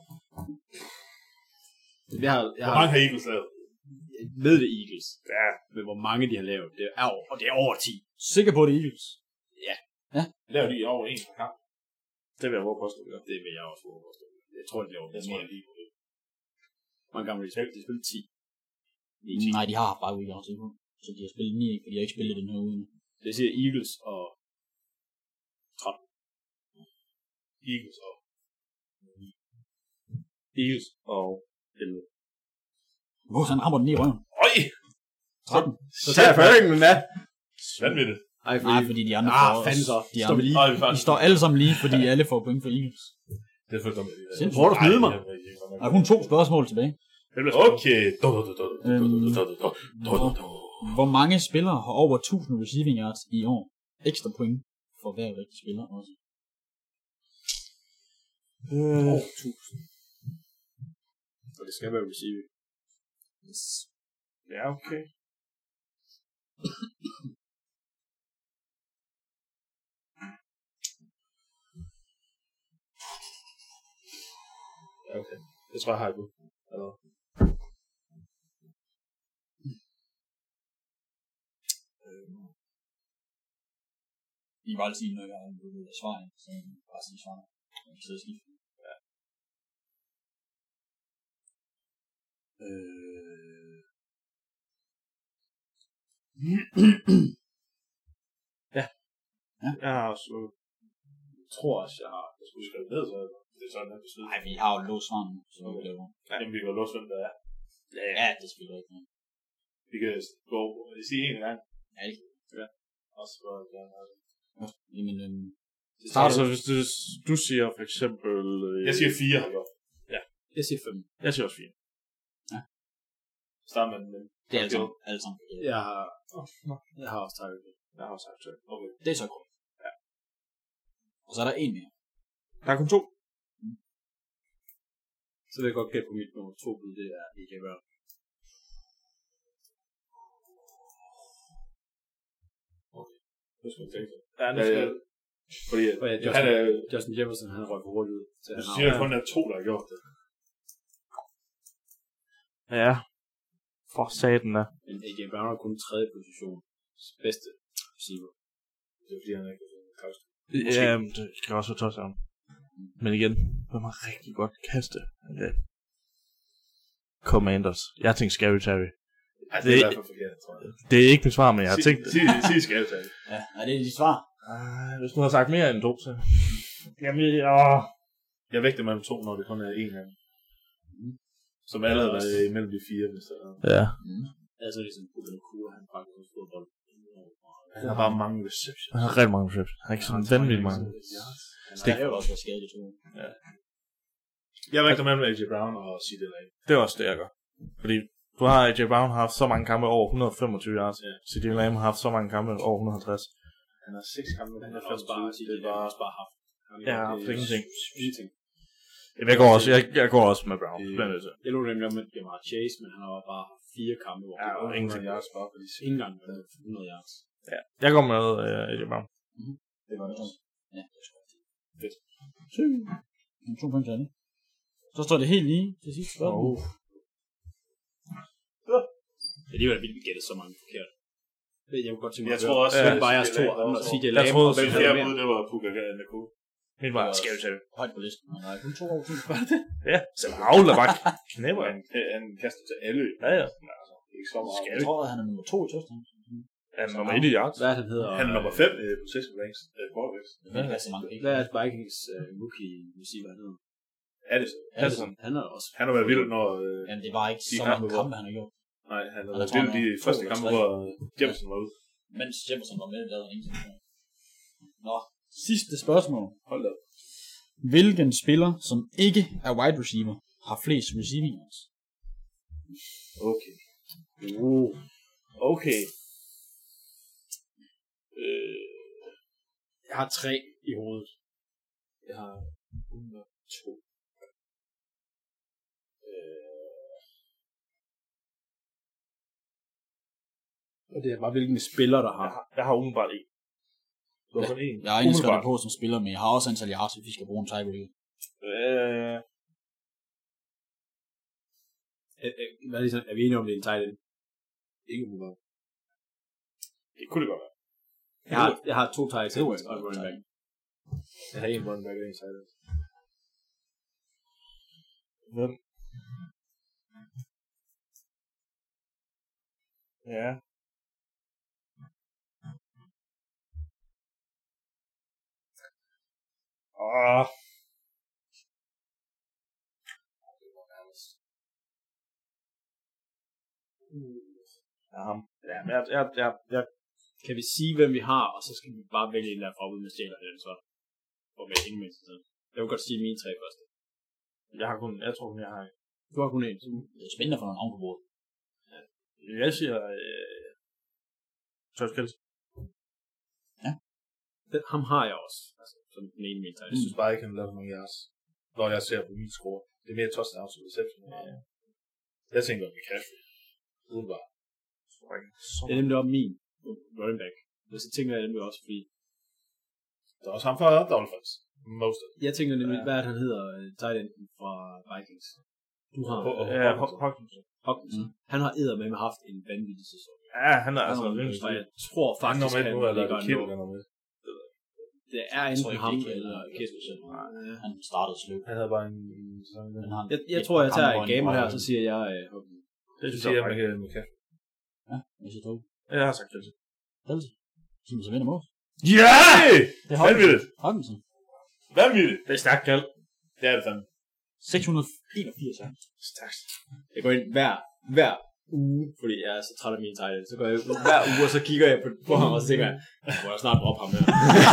Hvor mange har Eagles lavet? Jeg ved det Eagles. Ja. Men hvor mange de har lavet, det er over, og det er over 10. Sikker på det Eagles? Ja. Laver de over 1 per kamp? Det vil jeg våge påstå. Det vil jeg også våge påstå. Jeg tror, det er over. Jeg tror, det er lige på det. Mange gange de spiller 10. Nej, de har bare ikke også. Så de har spillet 9, for de har ikke spillet den her uge. Det siger Eagles og 13. Eagles og Eagles og 11. Hvor han rammer den lige i røven. Øj! 13. Så tager jeg føringen med. Vanvittigt. Nej, fordi de andre får fanden så. De, Står vi lige. de står alle sammen lige, fordi alle får point for Eagles. Det er for dumt. Hvor har du smidt mig? Der er kun 2 spørgsmål tilbage. Okay. Hvor mange spillere har over 1000 receiving yards i år? Ekstra point for hver rigtig spiller også. Over 1000. Og det skal være receiving. Yes. Ja, okay. Okay. Det tror jeg har et bud. Eller? I kan bare sige, når jeg har en svar, så bare sige svar. Jeg kan sidde og skifte. Ja. Ja. Jeg har også... Jeg tror også, jeg har... Jeg skulle skrive ned, så det er sådan, at det Nej, vi har jo låst svaren, så vi kan lave. Jamen, vi kan låse, hvem der er. Ja, det spiller ikke noget. Vi kan gå og sige en gang. Ja, det kan. Ja. Og så går det gerne. Jamen, Altså, hvis du siger for eksempel... Jeg siger 4 har gjort. Ja. Jeg siger 5. Jeg siger også 4. Ja. Start med den. Det er alle sammen. Jeg har også taget det. Jeg har også sagt det. Okay. Det er så godt. Ja. Og så er der en mere. Der er kun 2. Så vil jeg godt gætte på mit nummer 2 bud, det er AJ Brown. Okay. Det skal man tænke sig. Ja, det skal fordi Justin Jefferson, han røg for hurtigt ud. Du siger, at kun er 2, der har gjort det. Ja. For satan da. Men AJ Brown er kun 3. position. Bedste receiver. Det er fordi, han ikke har kastet. Ja, det skal også være touchdown. Men igen, hvem har rigtig godt kaste? Okay. Commanders. Jeg tænkte Scary Terry. Ja, det er i hvert fald forkert, tror jeg. Det er ikke mit svar, men jeg har tænkt... Sig Scary Terry. Ja, er det dit svar? Hvis du har sagt mere end 2, så... Jamen, Jeg vægter mellem 2, når det kun er 1 gang. Som alle har været imellem de 4, hvis der er. Ja. Altså ligesom Putin Kure, han faktisk har fodbold. Han har bare mange receptions. Han har rigtig mange receptions. Han har ikke sådan vanvittigt mange. Det er jo også været skadet i 2. Ja. Jeg vægter mellem AJ Brown og C.D. Lamb. Det er også det, jeg gør. Fordi du har AJ Brown har haft så mange kampe over 125 yards. Ja. C.D. Lamb har haft så mange kampe over 150. Han har 6 kampe. Han har også bare haft. Ja, det er ingenting. Ingenting. Jeg går også med Brown. Jeg lå nemlig med Jamar Chase, men han har bare 4 kampe. Ja, og ingenting. yards bare fordi ingen gang 100 yards. Ja, jeg går med Eddie Brown. Det var det også. Ja, det er sgu Fedt. 2 point til Anne. Så står det helt lige til sidst. Alligevel er vi gættet så mange forkert. Jeg kunne godt tænke mig Jeg tror også, at bare jeres 2 andre, CJ Lamb Jeg troede, og hvem Det havde fjerde mere. bud, det var Puka Naku. Min var skævt til. Højt på listen. Men nej, kun 2 år til. Ja, så Aula bare knæpper. Han kaster til alle. Ja, ja. Men altså, ikke så meget. Jeg tror, at han er nummer 2 i touchdown. Han er nummer 1 i yards. Hvad er det, han hedder? Han er nummer 5 på Cisco Ranks. Quarterbacks. Det er så mange penge. Hvad er Vikings rookie receiver, han hedder? Addison. Han er også. Han har været vild, når... Jamen, det var ikke så mange kampe, han har gjort. Nej, han har Og været jeg tror, vild han de var første 2 eller kampe, 3. hvor Jefferson var ude. Mens Jefferson var med, lavede han ingenting. Nå, sidste spørgsmål. Hold da. Hvilken spiller, som ikke er wide receiver, har flest receiving yards? Okay. Okay. Jeg har 3 i hovedet. Jeg har 102. Og det er bare, hvilken spiller, der har. Jeg har umiddelbart en. Du har kun en. Jeg har egentlig skrevet på som spiller, men jeg har også antal yards, hvis vi skal bruge en tiebreaker. Hvad er det sådan? Er vi enige om, det er en tight end? Ikke umiddelbart. Det kunne det godt være. Jeg har 2 tight ends og en running back. Jeg har en running back og en tight end. Hvem? Ja. Ja, men jeg Kan vi sige, hvem vi har, og så skal vi bare vælge en derfra, uden at stjæle den så. Og med ingen mindst. Jeg vil godt sige mine 3 første. jeg tror kun jeg har en. Du har kun en. Det er spændende for nogle navn på bordet. Jeg siger Travis Kelce. Ham har jeg også. Altså, som den ene min tight. Jeg synes bare ikke, han laver nogen jeres. Når jeg ser på min score. Det er mere touchdown til reception. Jeg tænker om McCaffrey. Udenbar. Det er nemlig også min running back. Og så tænker jeg nemlig også, fordi... Der er også ham fra Dolphins. Mostert. Jeg tænker nemlig, hvad er det, han hedder, tight enden fra Vikings. Du har... Hawkinson. Han har eddermame haft en vanvittig sæson. Ja, han er altså lyngst. Og jeg tror faktisk, han ligger med. Det er enten ham eller Kirsten. Han startede sløb. Han havde bare en... Jeg tror, jeg tager en gamer her, så siger jeg Hawkinson. Det siger jeg med McCaffrey. Ja, hvad siger du? Jeg har sagt Kelce. Kelce? Som så vinder mål. Ja! Det er Vanvittigt. Hawkinson. Vanvittigt. Det er stærkt kald. Det er det fandme. 681, ja. Stærkt. Jeg går ind hver uge, fordi jeg er så træt af mine tight så går jeg hver uge, og så kigger jeg på ham, og så tænker jeg, må jeg snart droppe ham her.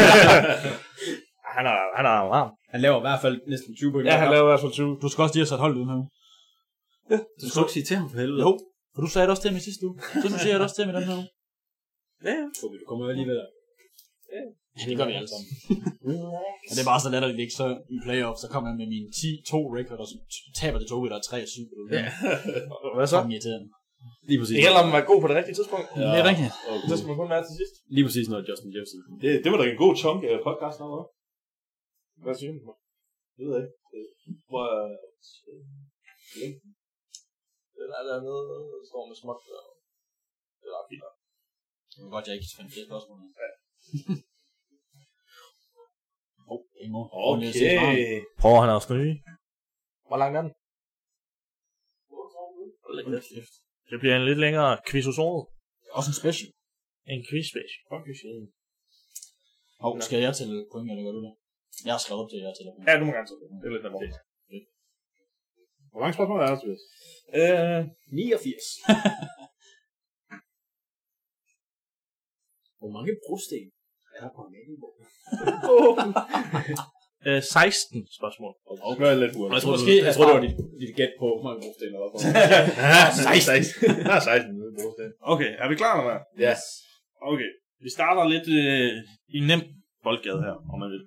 Han er varm. Han laver i hvert fald næsten 20 point. Ja, han laver i hvert fald 20. Du skal også lige have sat holdet uden her. Ja, du skal ikke sige til ham for helvede. Jo, for du sagde det også til mig sidste uge. Så nu siger jeg det også til mig den her uge. Ja, du kommer jo alligevel der. Ja, det gør vi alle sammen. Og det er bare så latterligt ikke, så i playoff, så kommer jeg med mine 10-2 record, og så taber det 2, der er 3-7. Ja. Hvad så? Lige præcis. Det gælder om at være god på det rigtige tidspunkt. Ja. Det er rigtigt. Det skal man kun være til sidst. Lige præcis noget Justin Jefferson. Det var da en god chunk af podcasten over. Hvad synes du? Det ved jeg ikke. Hvor er... Den er dernede, der står med småt. Det er fint. Det var godt, jeg ikke fandt flere spørgsmål. Ja. Okay. Prøver han at snyde? Hvor langt er den? Det bliver en lidt længere quizosode. Også en special. En quiz special. Skal jeg tælle point, eller gør du det? Jeg har skrevet op til, at jeg tæller point. Ja, du må gerne tælle. Det er lidt nemmere. Hvor mange spørgsmål er der, Tobias? 89. Hvor mange brosten er der på Amalienborg? 16 spørgsmål. Okay. Det er lidt hurtigt. Jeg tror, det var dit gæt på, hvor mange brosten der var på. 16. Der er 16 brosten. Okay, er vi klar med det? Ja. Okay, vi starter lidt i nem boldgade her, om man vil.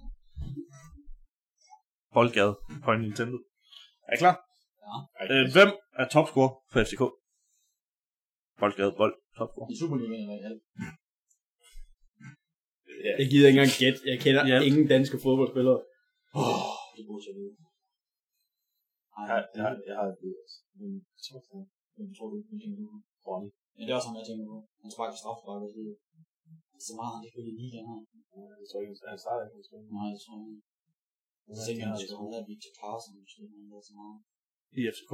Boldgade på en Nintendo. Er I klar? Ja. Hvem er topscorer for FCK? Boldgade, topscorer. I Superligaen eller i alt? Jeg gider ikke engang gæt. Jeg kender ingen danske fodboldspillere. Det burde jeg vide. Jeg har et bud også. Jeg tror du tænker på Ronny. Ja, det er også ham, jeg tænker på. Han sparker straffespark og det. Så meget han spiller i ligaen her. Jeg tror ikke, han starter ikke. Nej, det tror jeg ikke. Jeg tænker, han skal have Victor Carlsen, måske han lader så meget. I FCK.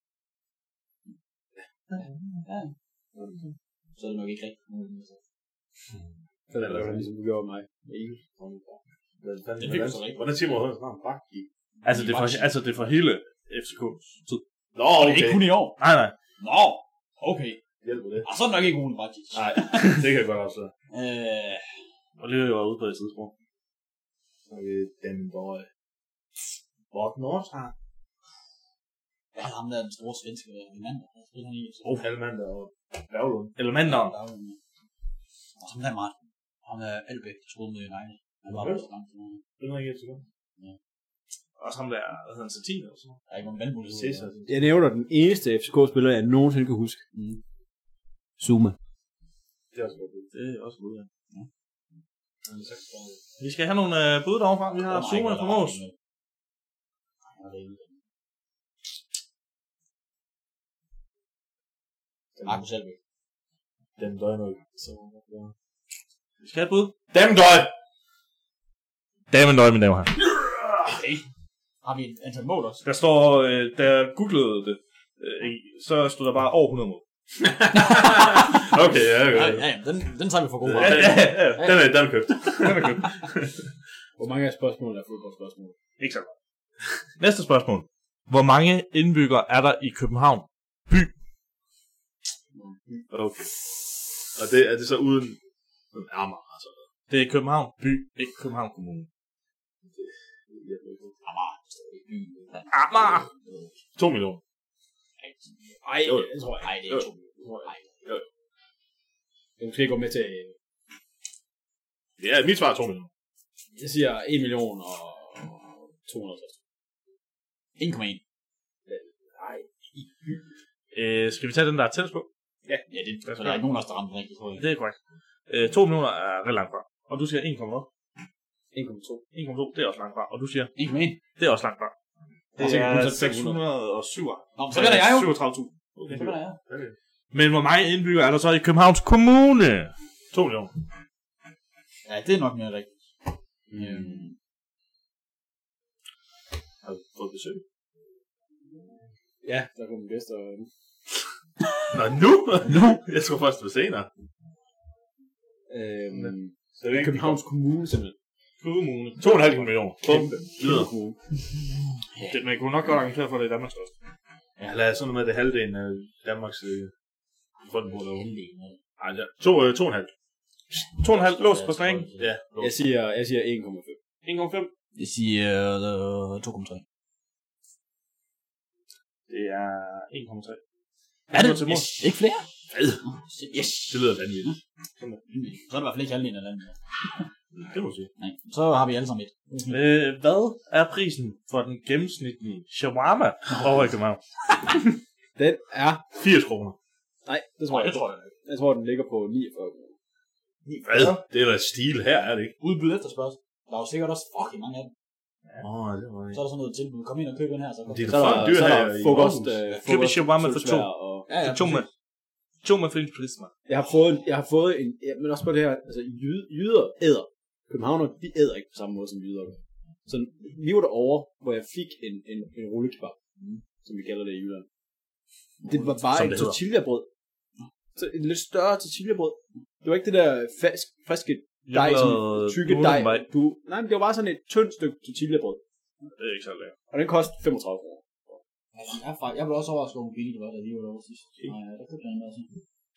Ja. Så er det nok ikke rigtigt. Så er det ligesom du gjorde mig. Det fik du så rigtigt. Hvordan siger man, at han en bak i? Altså det er for hele FCK's tid. Nå, Og okay. det er ikke kun i år. Nej. Nå, okay. Hjælper det? Og så er det nok ikke Ole Bacic. Nej, det kan jeg godt afsløre. Og det er jo ude på et tidspunkt. Så er vi den boy. Morten Årshavn. Hvad er ham der, den store svenske mand, der spiller han i? Halvmand og Berglund. Elementer. Og så der Martin. Ham er Albæk, der skruede med United. Han var også langt. Det er ikke så godt. Også ham der, hvad hedder han, Satin eller sådan noget. Der er ikke nogen vandmulighed. Jeg nævner den eneste FCK-spiller, jeg nogensinde kan huske. Zuma. Det er også godt. Det er også godt, ja. Vi skal have nogle bud derovre. Vi har Zuma fra Mås. Markus Albæk. Den døgner ikke. Vi skal have et bud. Dem døj! Damen døj, mine damer her. Okay. Har vi et antal mål også? Der står, da jeg googlede det, så stod der bare over 100 mål. Okay, ja. Den tager vi for god. Den er købt. Hvor mange af spørgsmålene er fodboldspørgsmål? Ikke så godt. Næste spørgsmål. Hvor mange indbyggere er der i København by? Okay. Og er det så uden Amager? Altså. Det er København by, ikke København Kommune. Amager! 2 millioner. Ej, det tror jeg. Nej, det er ikke 2 millioner. Jeg måske gå med til... Ja, mit svar er 2 millioner. Jeg siger 1 million og 250. 1,1. Nej. Skal vi tage den, der er tættest på? Ja, det er der er ikke nogen, der rammer rigtigt, tror jeg. Det er korrekt. 2 millioner er ret langt fra. Og du siger 1,2. 1,2. 1,2, det er også langt fra. Og du siger? 1,1. Det er også langt fra. Det er 607. Nå, så vinder jeg jo. 37.000. Okay. Så vinder jeg. Okay. Men hvor mange indbyggere er der så i Københavns Kommune? 2 millioner. Ja, det er nok mere rigtigt. Har du fået besøg? Ja, der kommer gæster. Nå, nu? Jeg tror først, det var senere. Så det er Københavns Kommune simpelthen. Kommune. 2,5 millioner. Kæmpe kommune. Det, man kunne nok godt argumentere for, at det er Danmarks største. Ja, lad os sådan noget med det halvdelen af Danmarks befolkning derude. Nej, 2,5. 2,5 lås på snakken. Ja. Jeg siger 1,5. 1,5. Jeg siger 2,3. Det er 1,3. Er det? Yes. Ikke flere? Yes. Det lyder vanvittigt. Så er det i hvert fald ikke halvdelen af landet. Det må du sige. Nej, så har vi alle sammen et. Hvad er prisen for den gennemsnitlige shawarma over i København? Den er... 80 kroner. Nej, det tror jeg ikke. Jeg tror, den ligger på 49 kroner. Hvad? Det er da stil her, er det ikke? Udbud efterspørgsel. Der er jo sikkert også fucking mange af dem. Det var ikke. Så er der sådan noget tilbud. Kom ind og køb den her. Så det er fucking dyr her i frokost. Køb en shawarma for 2. Ja, To med fri prisma. Jeg har fået en... Ja, men også på det her... Altså, jyder æder. Københavner, de æder ikke på samme måde som jyder. Så vi var derovre, hvor jeg fik en rullekebab, som vi kalder det i Jylland. Det var bare et tortillabrød. Så et lidt større tortillabrød. Det var ikke det der friske dej, som tykke dej. Nej, men det var bare sådan et tyndt stykke tortillabrød. Det er ikke så lækkert. Og den kostede 35 kroner. Jeg blev også overrasket over, hvor billigt det var, da vi var derovre sidst. Nej, der købte den også.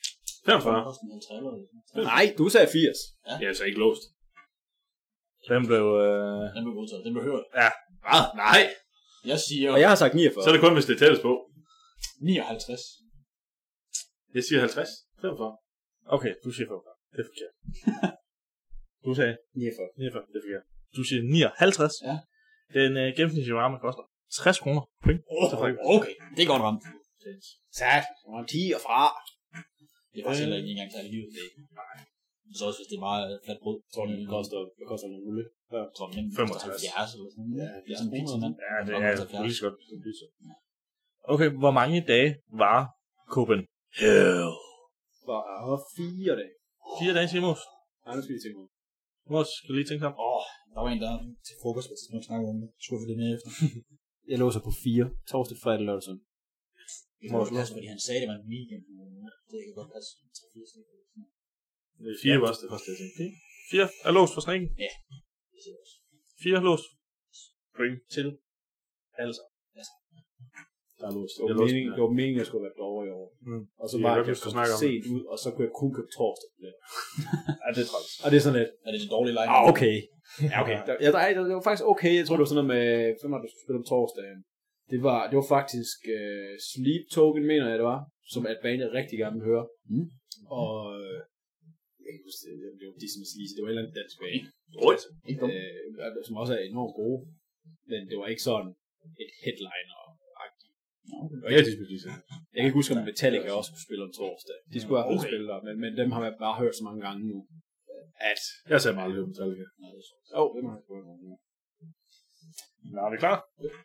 45. Nej, du sagde 80. Ja, jeg er så ikke låst. Den blev godtaget. Den blev hørt. Ja. Hvad? Nej. Jeg siger... Og jeg har sagt 49. Så er det kun, hvis det tælles på. 59. Jeg siger 50. 45. Okay, du siger 45. Det er forkert. Du sagde 49. 49. Det er forkert. Du siger 59. Ja. Den gennemsnitlige varme koster 60 kroner. Okay, det er godt ramt. Sat. Og 10 og fra. Det er faktisk heller ikke engang særlig livet. Nej. Så også hvis det er bare fladt brød. Jeg tror, det koster en rulle. Jeg tror, det er 75 eller sådan noget. Ja, det er sådan en pizza, mand. Ja, det er lige så godt som pizza. Okay, hvor mange dage var Copenhagen? Var 4 dage. 4 dage, Simons? Nej, nu skal vi tænke mig. Simons, skal du lige tænke sammen? Der var en, der til frokost, hvis man snakker om det. Skulle vi det mere efter? Jeg låser på 4. Torsdag, fredag, lørdag, søndag. Det må også passe, fordi han sagde, det var en weekend. Det kan godt passe. 3-4 stykker. 4 var også det første, jeg tænkte. 4 er låst for snækken? Ja, det siger jeg også. 4 er låst. Point til alle sammen. Der er låst. Det var meningen, at jeg skulle være derovre i år. Og så bare jeg skulle set ud, og så kunne jeg kun købe torsdag. Ja, det er træls. Og det er sådan lidt. Er det det dårlige line? Okay. Ja, okay. Det var faktisk okay. Jeg tror, det var sådan noget med, hvem var det, du skulle spille om torsdagen? Det var faktisk Sleep Token, mener jeg, det var, som er et band, jeg rigtig gerne vil høre. Og jeg kan huske, det var Disney Sleaze, det var et eller andet dansk band. Som også er enormt gode. Men det var ikke sådan et headliner-agtigt. Jeg kan ikke huske, om Metallica også skulle spille om torsdag. De skulle have spille der, men dem har jeg bare hørt så mange gange nu. At jeg ser meget lidt Metallica. Det må jeg prøve. Nå, er vi klar?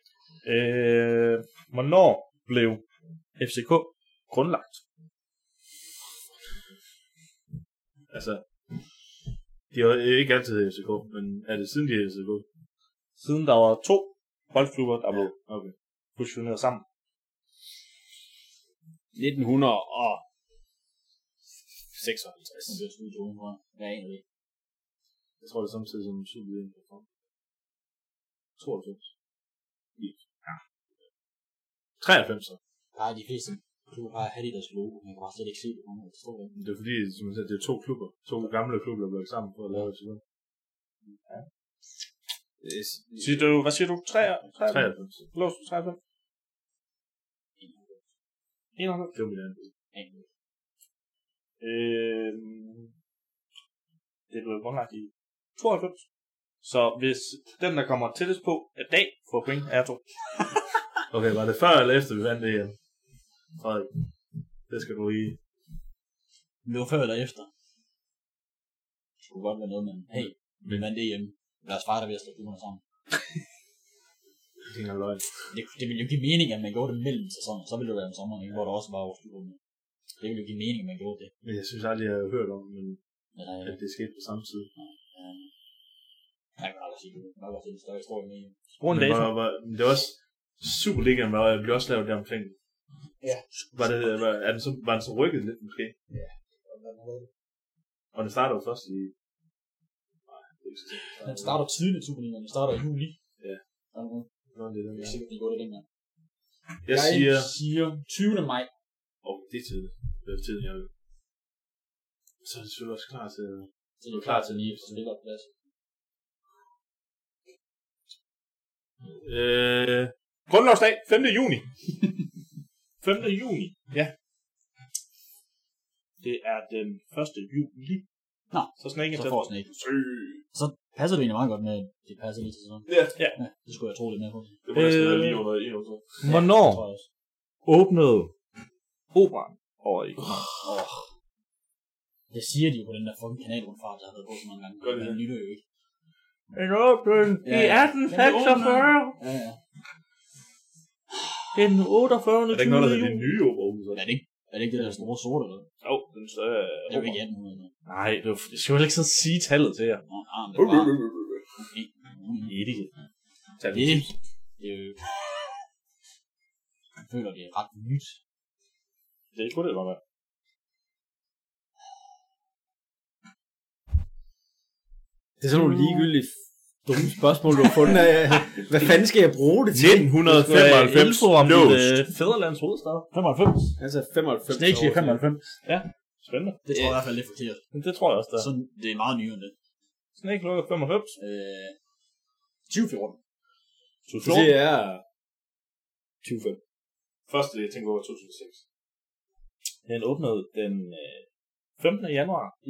Hvornår blev FCK grundlagt? Altså, de har ikke altid FCK, men er det siden de er FCK? Siden der var 2 boldklubber, der blev fusioneret sammen. 1956. Jeg tror, det er samtidig som Superligaen. 92. Ja. 93 så. Nej, de fleste klubber bare have deres logo, men jeg kan bare slet ikke se det. Det er fordi, som jeg sagde, det er 2 klubber. 2 gamle klubber, der blev sammen for at lave det sådan. Ja. Hvad siger du? 93. Lås 93? 91. Det var mit andet. Det blev grundlagt i 92. Så hvis den, der kommer tættest på i dag, får point, er 2. Okay, var det før eller efter, vi vandt det igen? Frederik, det skal du lige... Det var før eller efter. Det skulle godt være noget, men hey, vi vandt det hjemme. Lad os fejre det ved at stå klubberne sammen. Det er løgn. Det ville jo give mening, at man gjorde det mellem sæsonen, så ville det være om sommeren, hvor der også var vores klubberne. Det ville jo give mening, at man gjorde det. Men jeg synes aldrig, jeg har hørt om, at det skete på samme tid. Jeg kan aldrig sige det. Det var også en større historie med. Men det var også Superligaen, var blev også lavet der omkring. Ja. Var den så rykket lidt måske? Ja. Og det starter jo først i... Den starter tidligt Superligaen. Den starter i juli. Ja. Det er ikke sikkert, de gjorde det dengang. Jeg siger 20. maj. Det er tidligt. Det er tidligt, jeg vil. Så er det selvfølgelig også klar til... Så er du klar til lige at spille op plads. Grundlovsdag, 5. juni. 5. juni, ja. Det er den 1. juli. Nå, så snækken så får snækken. Så passer det egentlig meget godt med, at det passer lige til sådan. Ja. Det skulle jeg tro lidt mere på. Det må næsten være lige under i også. Hvornår åbnede operaen over i København? Det siger de jo på den der fucking kanalrundfart, der har været på så mange gange. Gør det det? Men lytter jo ikke. Den åbnede i 1846. Ja. Den 48. Er det ikke noget, der hedder det nye opera? Er det ikke det der store sorte, eller? Jo, den større... Det er jo ikke 1800. Nej, det skal jo ikke så sige tallet til jer. Nå, det er bare... Idiot. Det er jo... Jeg føler, det er ret nyt. Det kunne det godt være. Det er sådan nogle ligegyldige dumme spørgsmål, du har fundet af. Hvad fanden skal jeg bruge det til? 1995. Info om Fædrelands hovedstad. 95. Altså 95. Snake siger 95. Ja, spændende. Det tror jeg i hvert fald lidt forkert. Men det tror jeg også, der. Så det er meget nyere end det. Snake lukker 95. 2014. Det er 2005. Første, jeg tænker over 2006. Den åbnede den 15. januar i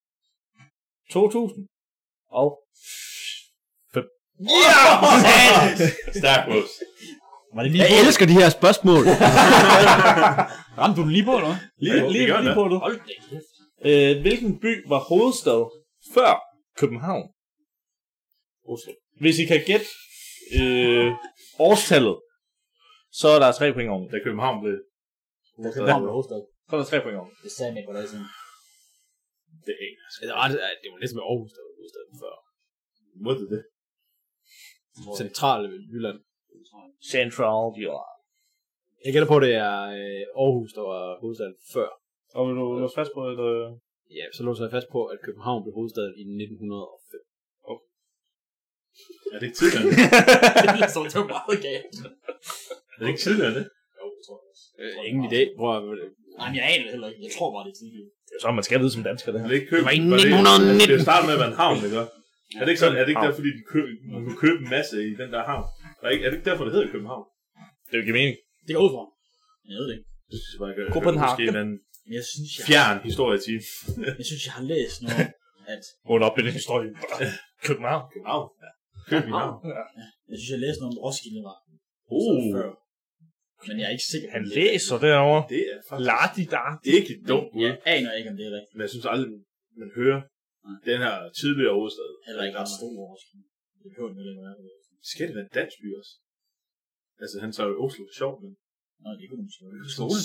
2000. Og 5. Ja! Stærk moves. Jeg elsker de her spørgsmål. Ramte du den lige på, eller hvad? Lige på, du. Hold da kæft. Hvilken by var hovedstad før København? Oslo. Hvis I kan gætte årstallet, så er der 3 point om. Da København blev hovedstad. Så er der 3 point om. Det sagde mig ikke, hvad der er sådan. det er engelsk. Det var næsten med Aarhus, der var hovedstaden før. Må det? Centrale Jylland. Central Jylland. Jeg gætter på, at det er Aarhus, der var hovedstaden før. Og vil du låse fast på et... Ja, så låser jeg fast på, at København blev hovedstaden i 1905. Er det ikke tidligere? Det bliver så det var meget galt. Er det ikke tidligere, det? Jo, det tror jeg også. Ingen idé, tror jeg. Nej, men jeg aner det heller ikke. Jeg tror bare, det er tidligere. Det er så, man skal vide som dansker, det her. Det er ikke købe, det starter med at være en havn, ikke? Er det ikke sådan? Er det ikke der, fordi man kunne købe en masse i den der havn? Er det ikke derfor, det hedder København? Det er jo ikke mening. Det går ud fra. Jeg ved det ikke. Det synes jeg bare ikke. Copenhagen. Måske en anden Men jeg synes, fjern historietime. jeg synes, jeg har læst noget, at... Under op i den historie. København. København. København. Jeg synes, jeg læste noget om Roskilde var. Før. Men jeg er ikke sikker. Han læser derovre. Det er faktisk Ladida. ikke dumt. Jeg aner ikke, om det er rigtigt. Men jeg synes aldrig, man hører den her tidligere hovedstad. Heller ikke ret stor Roskilde. Det behøver den ikke være. Skal det være en dansk by også? Altså, han tager jo Oslo for sjov, men... Nå, det kunne man sige. Skole?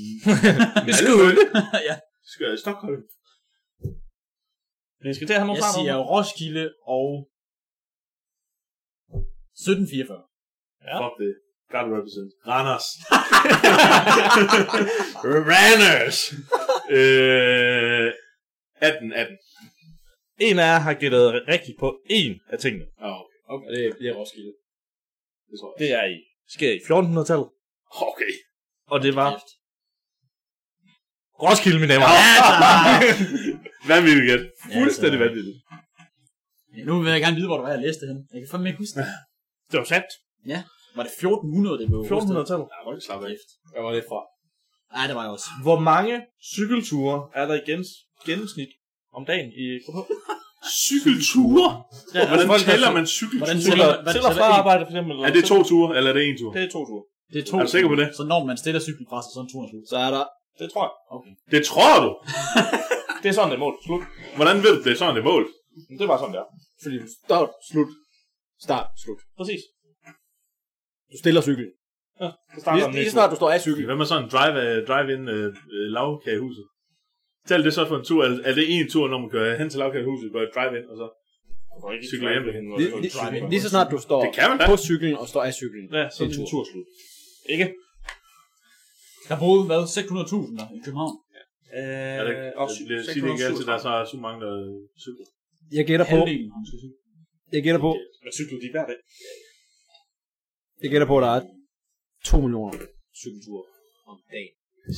Ja. Stockholm. Vi skal til at have nogle Jeg svar siger om. Roskilde og 1744. Ja. Fuck det. Gotta represent. Randers. Ranners. 18. En af jer har gættet rigtigt på en af tingene. Okay, det er Roskilde. Det tror jeg. Det er i sker i 1400-tallet. Okay. Og det var Roskilde, mine damer. Vanvittigt gæt. Ja, Fuldstændig altså. vanvittigt. Nu vil jeg gerne vide, hvor du var, jeg læste det hen. Jeg kan fandme ikke huske det. Det var sandt. Ja. Var det 1400, det blev 1400-tallet. Ja, hvor er det slappet af. Hvad var det fra? Nej, det var jeg også. Hvor mange cykelture er der i gennemsnit om dagen i København? Cykelture? Ja, Hvordan folk tæller har- man cykelture? Hvordan Til og fra arbejde, for eksempel. Er det 2 ture, eller er det 1 tur? Det er 2 ture. Det er 2. Er du sikker på det? Så når man stiller cyklen fra sig, så er en tur slut. Så er der... Det tror jeg. Okay. Det tror du? Det er sådan, det er mål. Slut. Hvordan ved du, det er sådan, det er mål? Det er bare sådan, det er. Fordi du start, slut. Start, slut. Præcis. Du stiller cyklen. Ja, det starter Lige snart du står af cyklen. Hvad med sådan en drive-in lavkagehuset? Tæl det så for en tur. Er det en tur, når man kører hen til lavkagehuset, går drive-in, og så cykler hjem igen? Lige så snart du står Det kan man da. på cyklen og står af cyklen. Ja, så er det en tur slut. Ikke? Der boede, hvad, 600.000 der i København? Er det ikke? Sig det ikke altid, der er så mange, der cykler. Jeg gætter på... Halvdelen, han skal cykle. Jeg gætter på... Hvad cykler de hver dag? Jeg gætter på, at der er 2 millioner cykelture om dagen.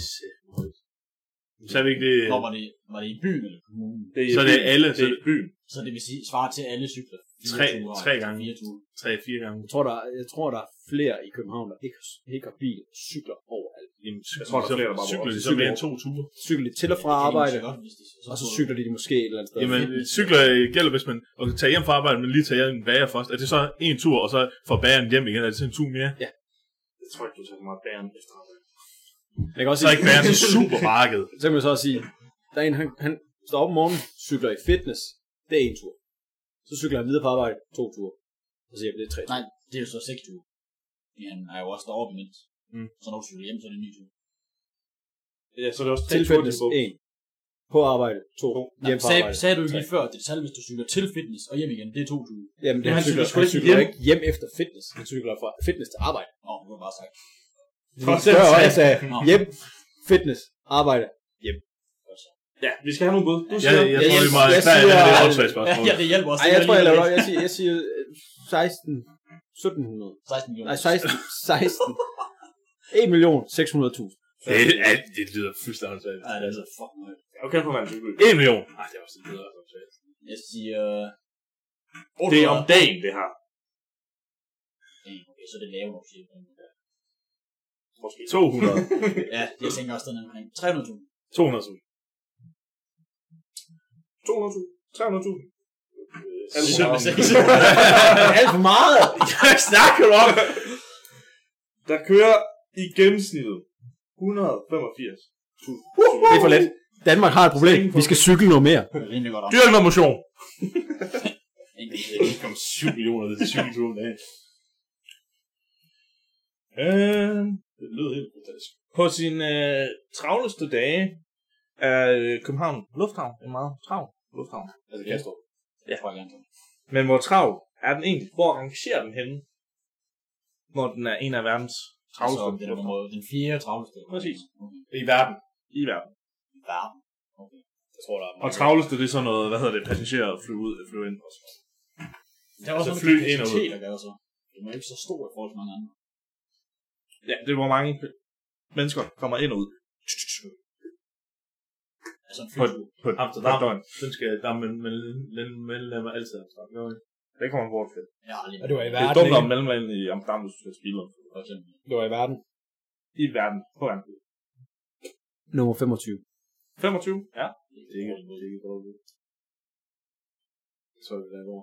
Så er det ikke det... Hvor var det i byen eller kommunen? Så er det alle, så Det er byen. Så det vil sige, svare til alle cykler. 3 gange. 4 ture. 3-4 gange. Jeg tror, der er flere i København, der ikke har bil og cykler overalt. Jamen, Jeg tror, der er flere, der bare cykler de bruger- så mere end 2 ture. Cykler de til og fra arbejde, og så cykler de måske et eller andet sted. Jamen, cykler gælder, hvis man tager hjem fra arbejde, men lige tager hjem en bager først. Er det så en tur, og så får bageren hjem igen? Er det så en tur mere? Ja. Jeg tror ikke, du tager så meget bæren efter arbejde. Jeg kan også Så er ikke bageren til supermarked. Så kan man så også sige, der er en, han står op om morgenen, cykler i fitness, det er 1 tur. Så cykler han videre på arbejde, 2 ture. Så siger jeg, det er 3 ture. Nej, det er jo så 6 ture. Ja, han er jo også deroppe imens. Så når du cykler hjem, så er det en ny tur. Ja, så er det også Til fitness, 1. På arbejde, 2. Hjem fra arbejde. Sagde du ikke lige før, at det tal, hvis du cykler til fitness og hjem igen, det er 2 ture. Jamen, det Men han han cykler sgu han ikke cykler hjem. ikke hjem efter fitness. Han cykler fra fitness til arbejde. Det var bare sagt. Jeg sagde hjem, fitness, arbejde, hjem. Ja, vi skal have nogle bud. Jeg tror, vi må jeg klare det siger- her åndssvagsspørgsmål. Ja, det hjælper også. Ej, jeg tror, jeg laver det. Jeg siger 1700. 16 millioner. Nej, 16. 1.600.000. Det lyder fuldstændig åndssvagt. Nej, det er så fucking højt. Okay, på man cykler. 1 million. Nej, det er også lidt åndssvagt. Jeg siger... Det er om dagen, det her. Okay, så det er lavere nok, siger 200. Ja, jeg tænker også den omkring. 300.000. 200.000. 200.000. 300.000. Alt for meget! Hvad snakker du om? Der kører i gennemsnittet 185. Det er for let. Danmark har et problem. Vi skal cykle noget mere. Det er rimelig godt om. Dyrk noget motion. 1,7 millioner til cykeltur om dagen. Det lyder helt fantastisk. På sine travleste dage er København Lufthavn en meget travl lufthavn. Altså Kastrup. Ja. Tror jeg gerne. Men hvor travl er den egentlig? Hvor rangerer den henne? Når den er en af verdens travleste lufthavn. Den 4. travleste. Præcis. I verden. I verden. Verden. Okay. Jeg tror, der er Og travleste, det er sådan noget, hvad hedder det, passagerer og flyve ud og flyve ind. Der er også Altså noget fly ind og ud. kapacitet, der gør så. Det er ikke så stor i forhold til mange andre. Ja, det er hvor mange mennesker kommer ind og ud. Altså en På flytur. et Amsterdam. døgn. Den skal der mellemlande altid Amsterdam. Gør det? Det kommer bort fedt. Jeg har aldrig. Og det var i Det er verden, dumt om ikke? mellemlandet i Amsterdam, hvis du skal spille For eksempel. Det var i verden. i verden. På verden. Nummer 25. 25? Ja. Det er ikke dårligt. Så er det der går.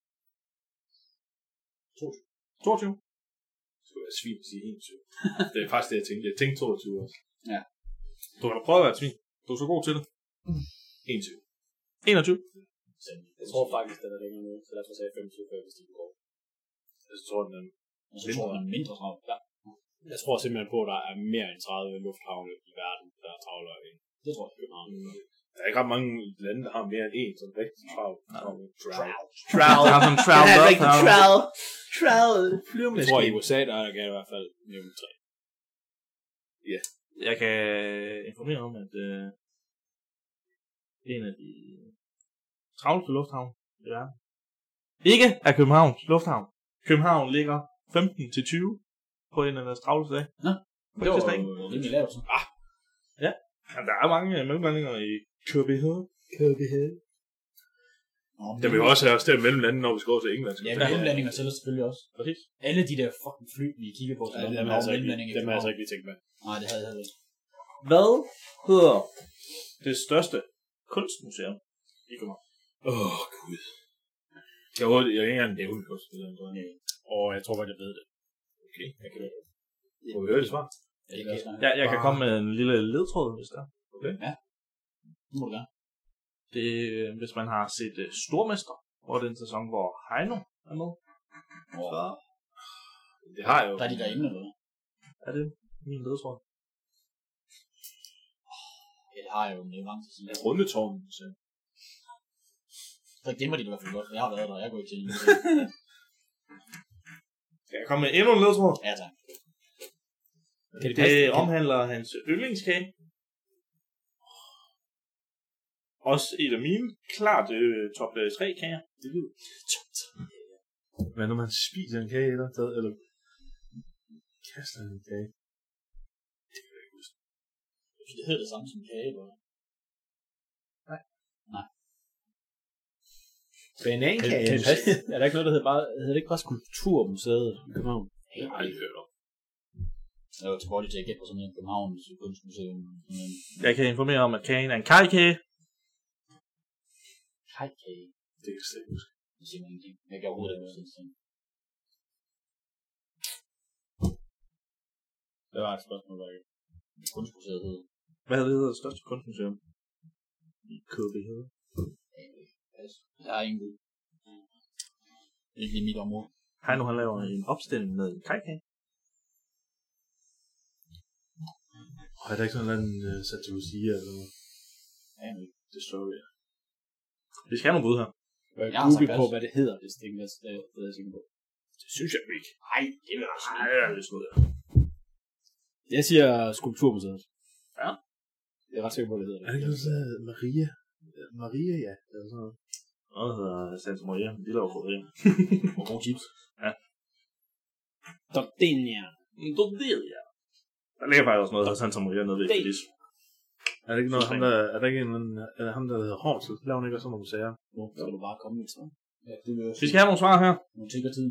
22? Det skulle være svin at sige 21. Det er faktisk det, jeg tænkte. Jeg tænkte 22 også. Ja. Du kan da prøve at være et svin. Du er så god til det. 21. 21? Jeg tror faktisk, den er længere nu. Så derfor sagde jeg 25 før, hvis de går. Jeg tror, den er Og så tror jeg, den er mindre travlt. Ja. Jeg tror simpelthen på, at der er mere end 30 lufthavne i verden, der er travlere end Det tror jeg. København. Der er ikke ret mange lande, der har mere end én, sådan rigtig travlt. Travel. Travel. Sådan travel up. Jeg tror, i USA, der kan jeg i hvert fald nævne 3. Jeg kan informere om, at en af de travleste lufthavn i verden ikke er Københavns Lufthavn. København ligger 15-20 på en af deres travleste dage. Nå, det var rimelig lavt så. Ja, der er mange mellemlandinger i København. Der vil jo også have stedet mellem landene, når vi skal over til England. Ja, mellemlandinger tæller selvfølgelig også. Præcis. Alle de der fucking fly, vi kigger på, Dem er jeg altså ikke lige tænkt med. Nej, det havde jeg heller ikke. Hvad hedder det største kunstmuseum i København? Gud. Jeg har ikke engang nævnt kunstmuseum. Og jeg tror godt, jeg ved det. Okay. Må vi høre det svar? Jeg kan komme med en lille ledtråd, hvis der. Okay. Ja. Nu må du gerne. Det hvis man har set Stormester, hvor den sæson, hvor Heino er med. Så Det har jeg jo. Der er de derinde, eller hvad? er det min ledtråd. Ja, det har jeg jo en lang til at sige. Rundetårnen. Så det må de i hvert fald godt, for jeg har været der, jeg går ikke til det. Skal jeg komme med endnu en ledtråd? Ja, tak. Det omhandler hans yndlingskage. Også et af mine klart top 3 kager. Det lyder. Men når man spiser en kage eller kaster en kage. Det kan jeg ikke huske. Det hedder det samme som kage, eller hvad? Nej. Banankage. Er der ikke noget, der hedder det ikke bare Skulpturmuseet i København? Jeg har aldrig hørt om. Jeg var tilbage til at gætte på sådan en Københavns kunstmuseum. Jeg kan informere om, at kagen er en kajkage. Kajkage. Det kan jeg slet ikke huske. Det siger mig ingenting. Jeg kan overhovedet ikke huske det. Det var et spørgsmål, der ikke. Kunstmuseet hedder. Hvad hedder det største kunstmuseum? I København. Jeg har ingen bud. Ikke lige mit område. Heino han laver en opstilling med en kajkage. Og er der ikke sådan en eller anden sat til Lucia eller noget? Ja, jeg ved ikke. Det står jo. Vi skal have nogle bud her. Jeg har Google sagt på, pas. hvad det hedder, hvis det ikke er sikker på. Det synes jeg ikke. Nej, det vil jeg sige. Nej, det er lidt skud. Jeg siger Skulpturmuseet. Ja. Jeg er ret sikker på, hvad det hedder. Er det ikke noget, der hedder Maria? Maria, ja. Eller sådan noget. Noget hedder Santa Maria. De laver fodring. Og gode chips. Ja. Tortilla. Ja. Der ligger faktisk også noget, der hedder Santa Maria nede ved Feliz. Er det ikke noget, er der ikke en ham, der hedder Hornsel? Laver han ikke også sådan nogle museer? Nu skal du bare komme med et svar. Ja, det vil jeg Vi skal have nogle svar her. Nu tænker tiden.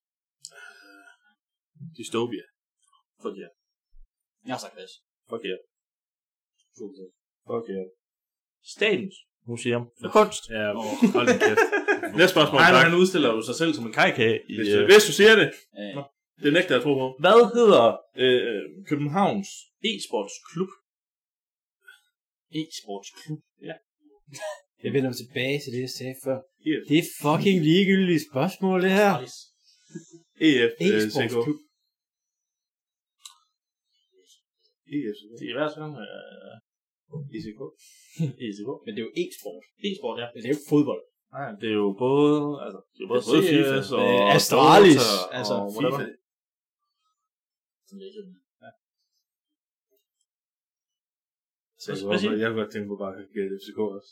Dystopia. Fuck ja. Jeg har sagt pas. Fuck ja. Fuck ja. Statens Museum for Kunst. Ja, hold da kæft. Næste spørgsmål, Heino, tak. han udstiller jo sig selv som en kajkage. Hvis du siger det, Ja. det nægter jeg at tro på. Hvad hedder Københavns e-sports klub? E-sportsklub. Ja. Jeg vender tilbage til det, jeg sagde før. Det er fucking ligegyldigt spørgsmål, det her. EF E-sportsklub. EF. Det er i hvert fald ECK. ECK. Men det er jo e-sport. E-sport, ja. Men det er jo ikke fodbold. Nej, det er jo både, altså, det er både CS og Astralis. Dota Altså, og whatever. FIFA. Sådan lidt. Så jeg kunne godt tænke på bare at gælde FCK også.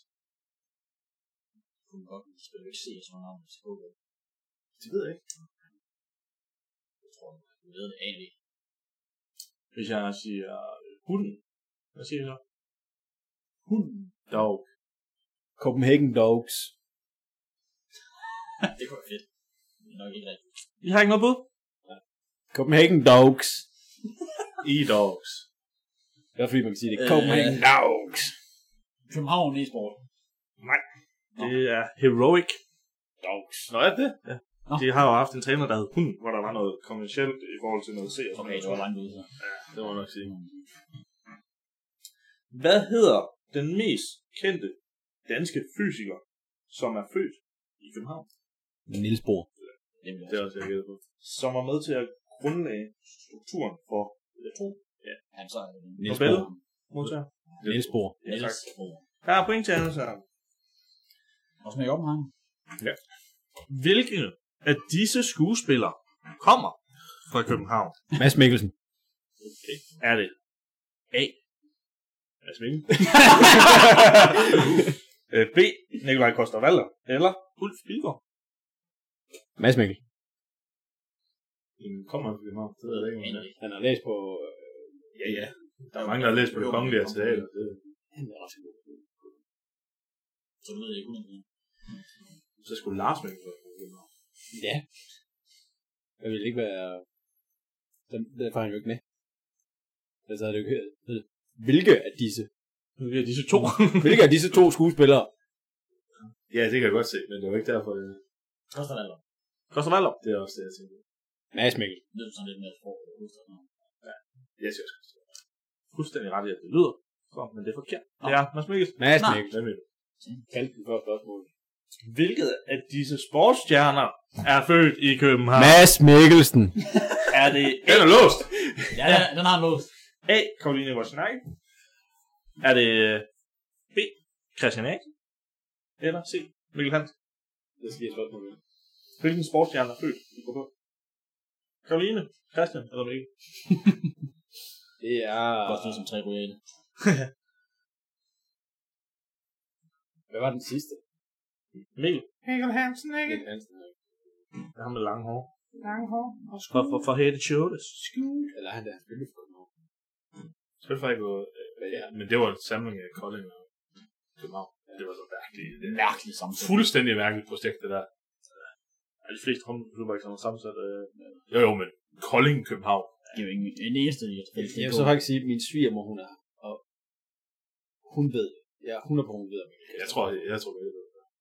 Kunne godt spille ikke se sådan noget FCK. Det ved jeg ikke. Jeg tror, jeg ved det egentlig. Hvis jeg siger hunden, hvad siger jeg så? Hunden. Dog. Copenhagen Dogs. Det kunne være fedt. Det er nok ikke rigtigt. I har ikke noget bud? Copenhagen Dogs. E-Dogs. Det er fordi, man kan sige det. Copenhagen Dogs. København e-sport. Nej. Det er Heroic Dogs. Nå, er det? Ja. De har jo haft en træner, der hed Hunden, hvor der var noget kommercielt i forhold til noget CS. Okay, det var langt ude, så. Ja, det må jeg nok sige. Hvad hedder den mest kendte danske fysiker, som er født i København? Niels Bohr. Det er også, jeg gætter på. Som var med til at grundlægge strukturen for atom. Ja, han så Niels Nobel Bohr. modtager. Niels Bohr. Ja, tak. Der er point til Anders her. Også med i Oppenheim. Ja. Hvilke af disse skuespillere kommer fra København? Mads Mikkelsen. Okay. Er det A. Mads Mikkelsen? B. Nikolaj Coster-Waldau eller Ulf Pilgaard? Mads Mikkelsen. Kommer han fra København? Det ved jeg ikke, om det er. Han har læst på... Ja. Der er mange, der har læst på det kongelige teater. Han er også god. Så ved jeg ikke, hvordan Så skulle Lars Mikkelsen være fra København. Ja. Jeg vil ikke være... Derfor er han jo ikke med. Altså er det jo ikke... Hvilke af disse? Hvilke af disse to? Hvilke af disse to skuespillere? Ja, det kan jeg godt se, men det var ikke derfor. Coster-Waldau. Coster-Waldau? Det er også det, jeg tænker. Mads Mikkelsen. Det er sådan lidt mere for Ja, jeg synes også. Fuldstændig ret i, at det lyder. Så, men det er forkert. Det er Mads Mikkelsen. Mads Mikkelsen. Hvad mener du? Kaldte den før spørgsmål. Hvilket af disse sportsstjerner er født i København? Mads Mikkelsen. Er det Den er låst! Ja, den har han låst. A. Karoline Wozniacki? Er det B. Christian Eriksen? Eller C. Mikkel Hansen? Det skal jeg spørgsmål med. Hvilken sportsstjerne er født i København? Karoline, Christian eller Mikkel? Det er... Godt lige som 3 royale. Hvad var den sidste? Mikkel. Mikkel Hansen, ikke? Mikkel Hansen. Det er ham med lange hår. Lange hår. For Hette Shoulders. Eller han der spillet for noget. Spil faktisk jo... Ja, men det var en samling af Kolding og København. Det var så mærkeligt. Mærkeligt samtidig. Fuldstændig mærkeligt projekt, det der. Er de fleste håndboldklubber ikke sådan sammensat? Jo, men Kolding København. Det er jo ikke en eneste, Jeg vil så faktisk sige, at min svigermor, hun er her. Og hun ved. Ja, 100% hun ved. Jeg tror det ved det.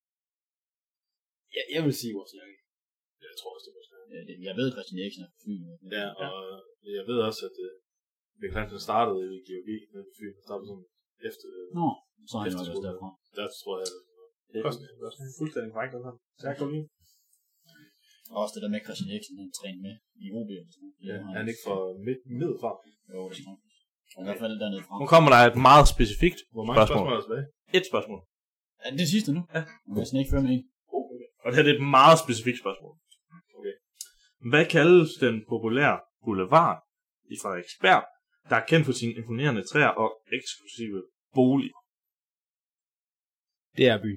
Ja, jeg vil sige vores nok. Jeg tror også, det var sådan. Jeg ved, at Christian Eriksen er på Fyn. Ja, og jeg ved også, at Mikkel Hansen startede i geologi med på Fyn. Startede sådan efter... Nå, så har han nok også derfra. Der tror jeg, Det er fuldstændig korrekt. Så jeg kan lide. Og også det der med Christian Eriksen, han træner med i OB. Ja, er han ikke fra middelfart? Jo, det er sådan. Og i hvert fald dernede fra. Nu kommer der et meget specifikt Hvor mange spørgsmål. spørgsmål er der tilbage? Et spørgsmål. Er det det sidste nu? Ja. Jeg kan ikke føre med en. Og det her er et meget specifikt spørgsmål. Okay. Hvad kaldes den populære boulevard i Frederiksberg, der er kendt for sine imponerende træer og eksklusive boliger? Det er by.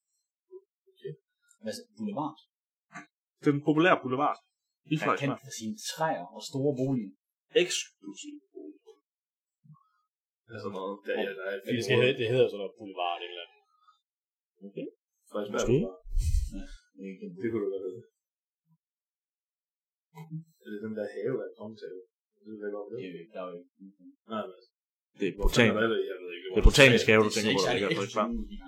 Hvad så? Boulevard? Den populære boulevard i Der er kendt Frederiksberg. for sine træer og store boliger. Eksklusive boliger. Altså noget. Der er Det hedder sådan noget boulevard eller andet. Okay. Måske. Det kunne du godt vide. Er det den der have, der er kommet til? Det er ikke op det. Der er jo ikke. Nej, men... Det er botanisk. Jeg ved ikke. Det er botanisk have, du tænker på. Det er Frederiksberg.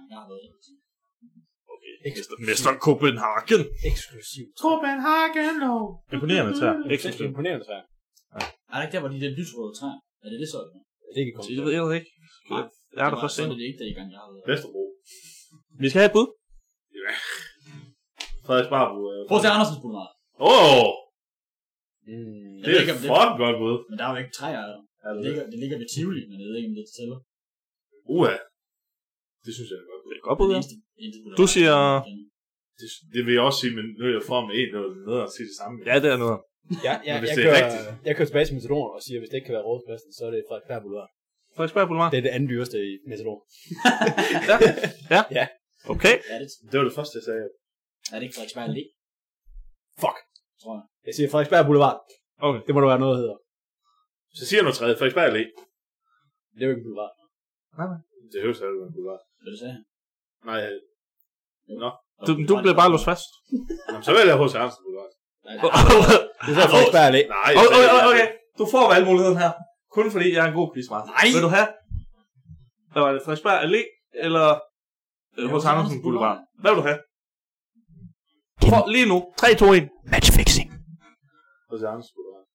Okay. Mester Copenhagen. Eksklusivt. Copenhagen, no. Imponerende træer. Eksklusive. Imponerende træer. Er det ikke der, hvor de der lysrøde træer? Er det så? Det kan komme. Jeg ved ikke. Jeg er der først Så er senere. det ikke det i gang, jeg har været. Vesterbro. Vi skal have et bud. Ja. Frederiksberg. Prøv at se Andersens Boulevard. Det er fucking godt bud. Men der er jo ikke træer. Det ligger ved Tivoli, men jeg ved ikke, om det tæller. Det synes jeg er godt bud. Det er godt bud, ja. Boulevard, Du siger... Det vil jeg også sige, men nu er jeg for med en noget at sige det samme. Ja, det er noget. Jeg kører tilbage til Metadon og siger, at hvis det ikke kan være Rådhuspladsen, så er det Frederiksberg Boulevard. Frederiksberg Boulevard? Det er det andet dyreste i Metadon. Ja. Okay. Det var det første, jeg sagde. Er det ikke Frederiksberg Allé? Fuck. Tror jeg. Jeg siger Frederiksberg Boulevard. Okay. Det må der være noget, der hedder. Så siger jeg noget tredje. Frederiksberg Allé. Det er jo ikke en boulevard. Nej. Det høres jo ikke en boulevard. Hvad du sagde? Nej. Nå. Du bliver bare låst fast. Så vælger jeg hos Hansen Boulevard. Det er Frederiksberg Allé. Nej. Okay. Du får valgmuligheden her. Kun fordi jeg er en god quizmaster. Nej. Vil du have? Hvad var det? Frederiksberg Allé eller hos Andersen Boulevard? Hvad vil du have? For lige nu. 3, 2, 1. Matchfixing. Hos Hansen Boulevard.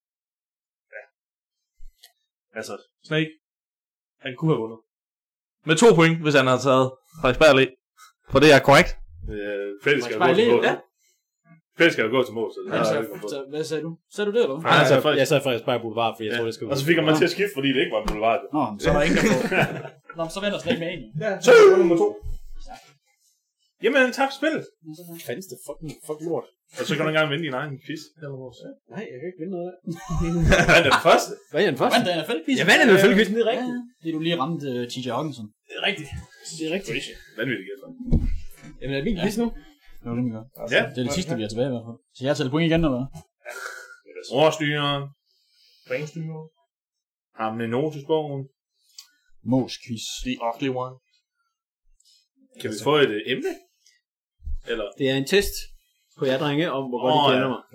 Altså, Snake. Han kunne have vundet. Med 2 point, hvis han havde taget Frederiksberg Allé. For det er korrekt. Fælles skal gå til mål. Ja. Fælles skal gå til mål, så det Hvad sagde du? Sagde du det, eller hvad? Jeg sagde Frederiksberg Boulevard, fordi jeg tror, det skal ud. Og så fik man til at skifte, fordi det ikke var en boulevard. Nå, så er der ingen, der får. Nå, så venter Snake med en. Ja, så nummer 2. Jamen, tak for spillet. Fandens det fucking lort. Og så kan du engang vinde din egen quiz. Nej, jeg kan ikke vinde noget af det. Hvad er den første? Hvad er den første? Vandt der NFL-quiz? Jeg vandt NFL-quizzen, det er rigtigt. Det du lige ramte TJ Hawkinson. Det er rigtigt. Det er rigtigt. Vanvittigt gæt. Jamen, er det min quiz nu? Det var det, vi gør. Ja. Det er det sidste, vi er tilbage i hvert fald. Så jeg tæller point igen, eller hvad? Overstyreren. Ringstyrer. Ham med notesbogen. Mås quiz. The ugly one. Kan vi få et emne? Eller? Det er en test på jer drenge om, hvor godt I kender mig.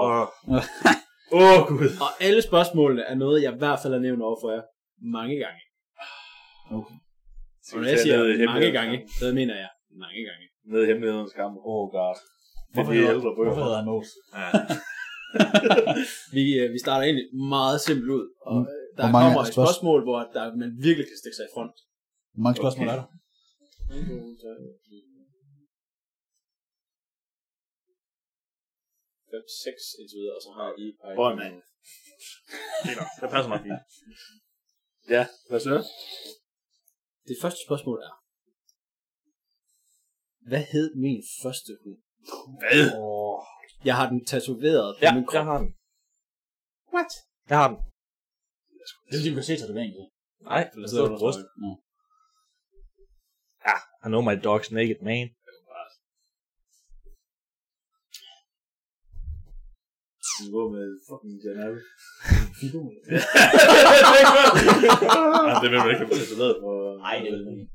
Gud. Og alle spørgsmålene er noget, jeg i hvert fald har nævnt over for jer mange gange. Okay. Og når jeg siger mange gange, så mener jeg mange gange. Nede i hemmelighedens kammer. God. Hvorfor hedder han Mås? Vi starter egentlig meget simpelt ud, og der Hvor mange kommer et spørgsmål, hvor man virkelig kan stikke sig i front. Hvor mange spørgsmål er der? 5, 6 indtil videre, og så har I et par. Bøjmand. Det passer mig fint. Ja, hvad så? Det første spørgsmål er, hvad hed min første hund? Hvad? Jeg har den tatoveret på min krop. Jeg har den. What? Jeg har den. Det er fordi, du kan se tatoveringen til. Nej, der sidder på bryst. Ja, I know my dog's naked man. Du går med fucking Janelle. Det vil man ikke have tatoveret på. Nej, det vil man ikke.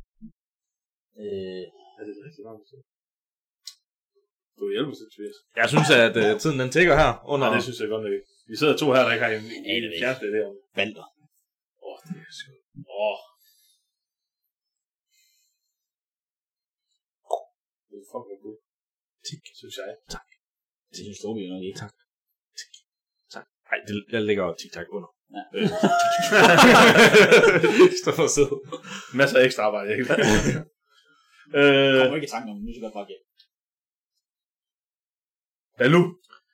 Er det rigtig langt? Du er hjælper til Tvirs. Jeg synes, at tiden den tækker her under... Nej, det synes jeg godt nok ikke. Vi sidder 2 her, der ikke har en kæreste der. Valter. Det er sgu. Det er fucking godt. Tik, synes jeg. Tak. Det synes du, vi nok ikke. Tak. Tak. Nej, jeg lægger TikTok under. Ja. Stå for at sidde. Masser af ekstra arbejde, ikke? Kommer ikke i tanke om, nu skal jeg bare gætte. Hvad nu?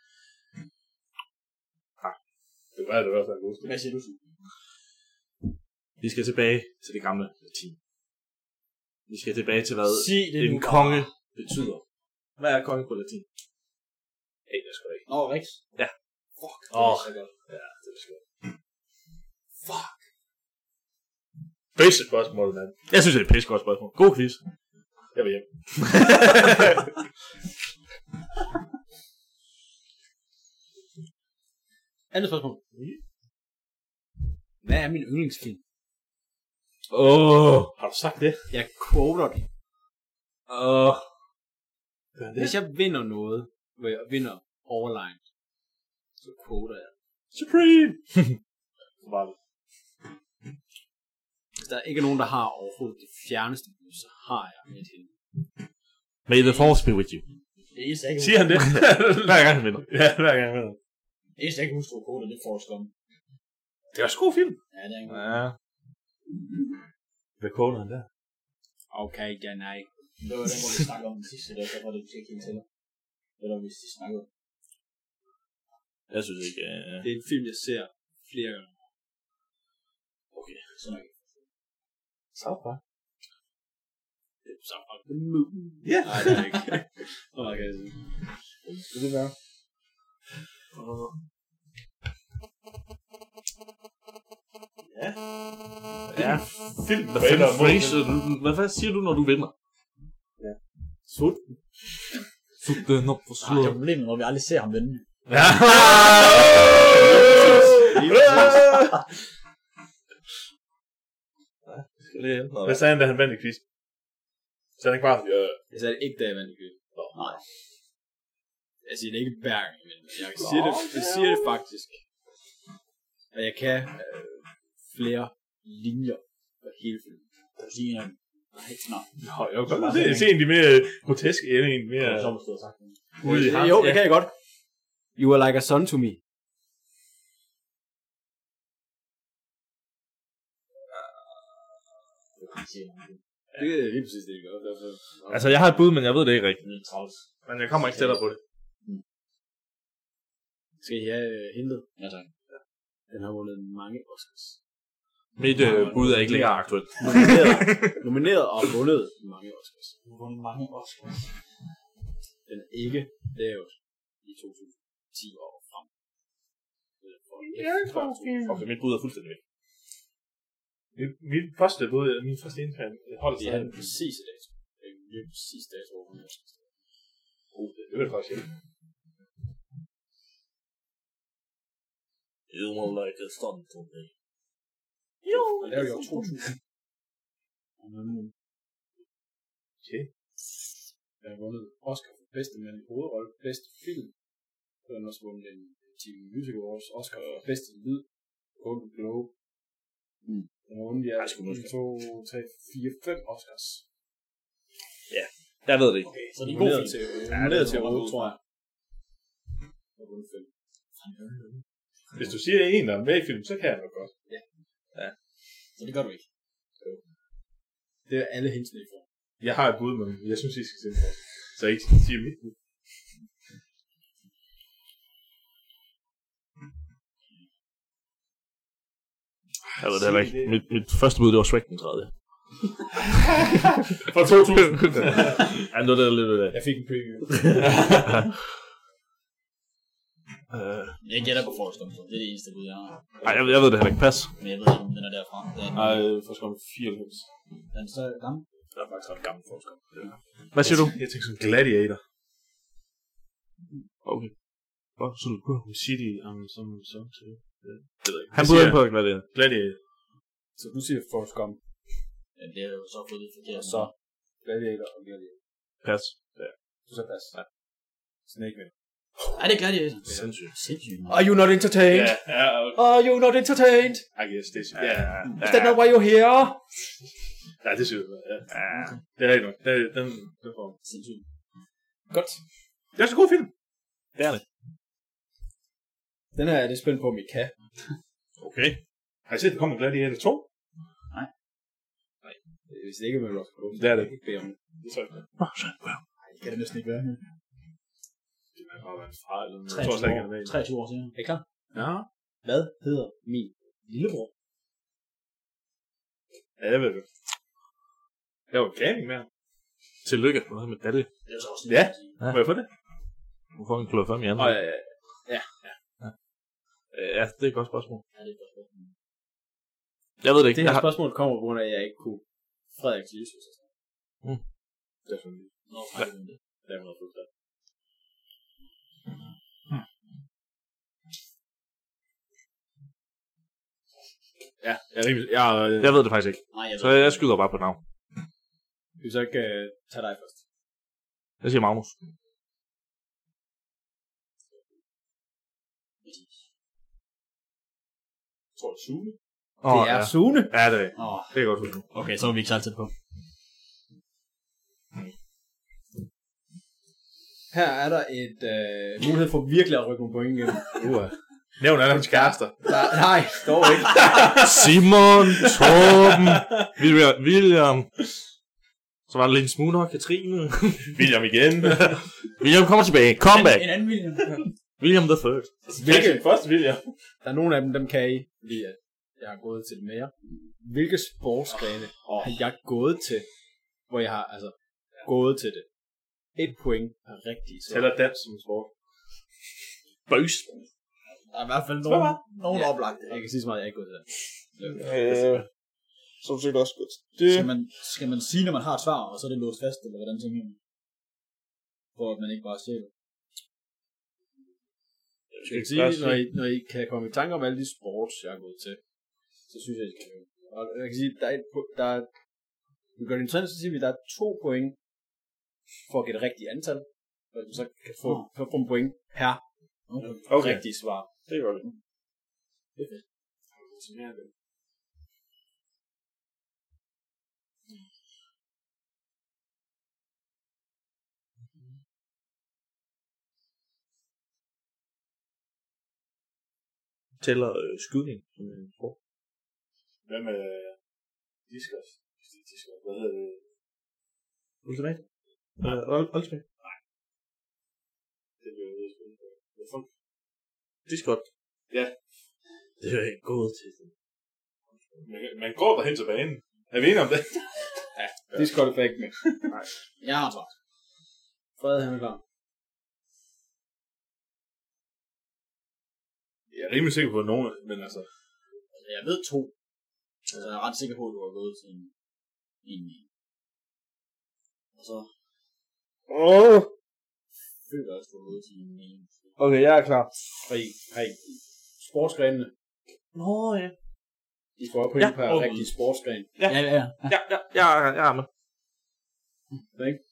Det var det i hvert fald godt. Hvad siger du så? Vi skal tilbage til det gamle latin. Vi skal tilbage til, hvad en bare. konge betyder. Hvad er konge på latin? Hey, det er sgu da ikke. Nå, Rex. Ja. Fuck, det er så godt. Ja, det er sgu da. Fuck. Bedste spørgsmål, mand. Jeg synes, det er et pissegodt spørgsmål. God quiz. Jeg vil hjem. Andet spørgsmål. Hvad er min yndlingsfilm? Har du sagt det? Jeg quoter den. Hvis jeg vinder noget, hvor jeg vinder overline, så quoter jeg. Supreme! Var det. Hvis der ikke er nogen, der har overhovedet det fjerneste, så har jeg et hende. May the force be with you. Siger han det? Hver gang han vinder. Ja, hver gang han vinder. Det eneste, jeg kan huske, det er Forrest Gump. Det er sgu god film. Ja, det er en god. Ja. Hvad koder han der? Okay, ja, nej. Det var den, hvor vi snakkede om den sidste, der var det ikke helt til. Eller hvis de snakkede. Jeg synes ikke... Det er en film, jeg ser flere gange. Okay, sådan er det. South Park. Det er South Park. Ja. Nej, det er ikke. Hvor meget kan jeg sige? Vil det være? Ja. Ja, film. Hvad siger du, når du vinder? Ja. Sut. Sut den op for slået. Det er problemet, når vi aldrig ser ham vinde. Ja. Hvad sagde han, da han vandt i quiz? Så han ikke bare... Jeg sagde det ikke, da jeg vandt i quiz. Nej. Jeg siger det ikke hver gang, men jeg siger det faktisk. Og jeg kan flere linjer for hele filmen. Kan du sige en? Nej, snart. Jeg kan godt se en af de mere groteske end en mere... Jo, det kan jeg godt. You are like a son to me. Det er lige præcis det, jeg gør. Altså, jeg har et bud, men jeg ved det ikke rigtigt. Men jeg kommer ikke tættere på det. Skal I have hintet? Ja, tak. Den har vundet mange Oscars. Mit bud er ikke længere aktuelt. Nomineret og vundet mange Oscars. Vundet mange Oscars. Den er ikke lavet i 2010 år frem. Okay, mit bud er fuldstændig væk. Min første bud, min første indfald, holder sig. Det er den præcise dato. Det er den præcise dato, hvor hun er. Det vil jeg faktisk ikke. You will like a stunt to me. Jo. Det er jo 2000. Okay. Jeg har vundet Oscar for bedste mand i hovedrolle, bedste film. Så har den også vundet en TV Music Awards, Oscar for bedste lyd, Golden Globe. Den har vundet 2, 3, 4, 5 Oscars. Ja, jeg ved det ikke. Okay, så det er god film. Nomineret til 8, tror jeg. Jeg har vundet 5. Hvis du siger en, der er med i film, så kan jeg nok godt. Ja. Så det gør du ikke. Det er alle hensene i form. Jeg har et bud, men jeg synes, I skal se det. Så jeg ikke siger mit bud. Jeg ved det heller ikke. Mit første bud, det var Shrek den 3. For 2000. Ja, nu er det lidt det. Jeg fik en preview. Jeg gætter på Forrest Gump, så det er det eneste bud, jeg har. Nej, jeg ved det heller ikke. Pas. Men jeg ved ikke, om den er derfra. Nej, Forrest Gump 94. Den er så gammel. Det er faktisk ret gammel Forrest Gump. Hvad siger du? Jeg tænker sådan Gladiator. Okay. Hvad så du på? City, som det ved jeg ikke. Han burde ind på Gladiator. Så du siger Forrest Gump. Ja, det er jo så fået det forkert. Og så Gladiator og Gladiator. Pas. Ja. Du så pas. Ja. Snake Man. Ej, det er Gladiator. Sindssygt. Are you not entertained? Ja. Are you not entertained? I guess det er ja. Is that not why you're here? Ja, det synes jeg. Ja. Det er ikke nok. Den får sindssygt. Godt. Det er så god film. Det er det. Den er jeg lidt spændt på, om I kan. Okay. Har I set, der kommer Gladiator 2? Nej. Hvis det ikke er med Rock. Det er det. Ikke bede om det. Det tror jeg ikke. Nej, det kan det næsten ikke være. Det kan bare være en far eller noget. 23 år siden. Er I klar? Ja. Hvad hedder min lillebror? Ja, jeg ved det. Jeg var gaming med ham. Tillykke med medalje. Det er så også ja. Må jeg få det? Du får en klod 5 i anden. Ja. Ja, det er et godt spørgsmål. Ja, det er et godt spørgsmål. Jeg ved det ikke. Det her spørgsmål kommer på grund af, at jeg ikke kunne Frederiks livsvis. Det er sådan lidt. Nå, faktisk det. Det er 100 fuldt. Ja, jeg ved det faktisk ikke. Nej, så jeg skyder bare på navn. Vi så ikke tage dig først. Jeg siger Magnus. Jeg tror, det er Sune. Det er Sune. Ja, det er det er godt Sune. Okay, så er vi ikke så altid på. Her er der et mulighed for virkelig at rykke nogle point igennem. Nævn alle hans kærester. Nej, dog ikke. Simon, Torben, William. Så var der lidt en smule nok, Katrine. William igen. William kommer tilbage. Comeback. En anden William. William the Third. Hvilke første William? Der er nogle af dem kan I, fordi at jeg har gået til det mere. Hvilke sportsgrene har jeg gået til, hvor jeg har gået til det? 1 point per rigtig svar. Tæller dans som sport. Bøs. Der er i hvert fald nogen oplagte. Jeg kan sige så meget, at jeg ikke er gået til det. Så er du også godt. Skal man sige, når man har et svar, og så er det låst fast, eller hvordan tænker man? For at man ikke bare stjæler. Jeg kan sige, når I kan komme i tanke om alle de sports, jeg har gået til, så synes jeg, I skal høre. Og jeg kan sige, vi gør det interessant, så siger vi, at der er 2 point for at gætte rigtigt antal, og så kan få en point per rigtigt svar. Det gør det. Det er fedt. Tæller skydning som en sport. Hvad med diskus? Hvad hedder det? Ultimate? Ultimate? Nej. Det bliver jeg ved at spille. Discord? Ja. Det er jeg ikke gået til. Man går derhen til banen. Er vi enige om det? Ja, Discord er ikke med. Nej. Jeg har træt. Fred, han er klar. Jeg er rimelig sikker på nogen, men altså... Jeg ved 2. Altså, jeg er ret sikker på, at du har gået til en. Og så... føler også, at du har gået til en. Okay, jeg er klar. Hej. Sportsgrenene. Nå, ja. I får op point per rigtig sportsgren. Ja. Jeg er med. Ikke?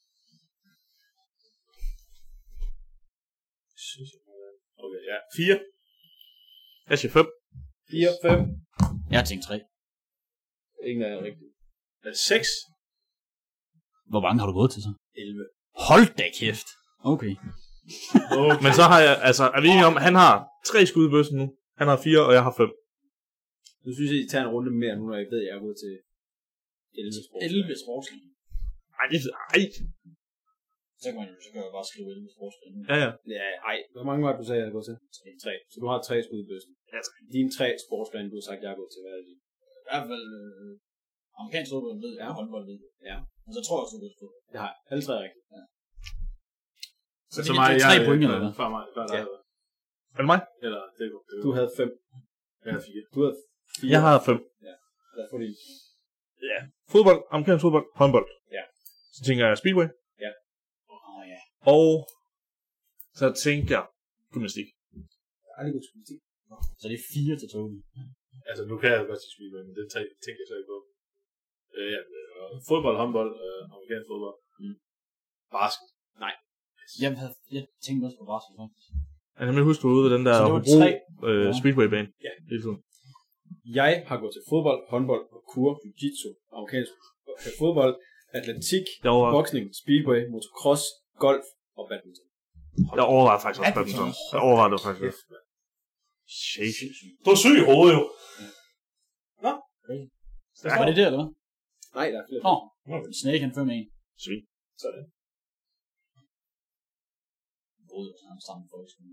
Okay, ja. 4. Jeg siger 5. 4, 5. Jeg har tænkt 3. Ingen af jer rigtigt. Er det 6? Hvor mange har du gået til så? 11. Hold da kæft. Okay. Men så har jeg, er vi enige om, han har 3 skud i bøssen nu. Han har 4, og jeg har 5. Nu synes jeg, I tager en runde mere nu, når jeg ved, at jeg er gået til 11 sportsgren. 11 sportsgren. Ej. Så kan jeg bare skrive 11 sportsgren. Ja. Ja, ej. Hvor mange var det, du sagde, jeg er gået til? 3. Så du har 3 skud i bøssen. Ja, 3. Dine 3 sportsgrene, du har sagt, jeg er gået til. Hvad er det? I hvert fald amerikansk fodbold ved, og håndbold ved. Ja. Og så tror jeg også, du ved det. Det har jeg. Alle 3 rigtigt. Ja. Så mig, det er 3 point, eller hvad? Før mig. Ja. Er det mig? Eller det Du havde 5. Jeg havde 4. Du havde 4. Jeg har 5. Ja. Hvad får din? Ja. Fodbold, amerikansk fodbold, håndbold. Ja. Så tænker jeg Speedway. Ja. Ja. Og så tænker jeg gymnastik. Jeg har aldrig gået til gymnastik. Så det er 4 til 2. Altså, nu kan jeg godt sige Speedway, men det tænker jeg så ikke på. Ja, fodbold, håndbold, amerikansk fodbold. Basket. Nej. Jeg tænkte også på basket, faktisk. Jeg kan huske, du var ude ved den der Speedway-bane. Ja. Hele tiden. Jeg har gået til fodbold, håndbold, parkour, jiu-jitsu, amerikansk fodbold, atletik, boksning, speedway, motocross, golf og badminton. Jeg overvejede faktisk også badminton. Jeg overvejede det faktisk også. Shit. Du er syg i hovedet, jo. Nå? Var det det, eller hvad? Nej, der er flere. Snake han 5-1. Svin. Sådan. Boede sammen med folkeskolen.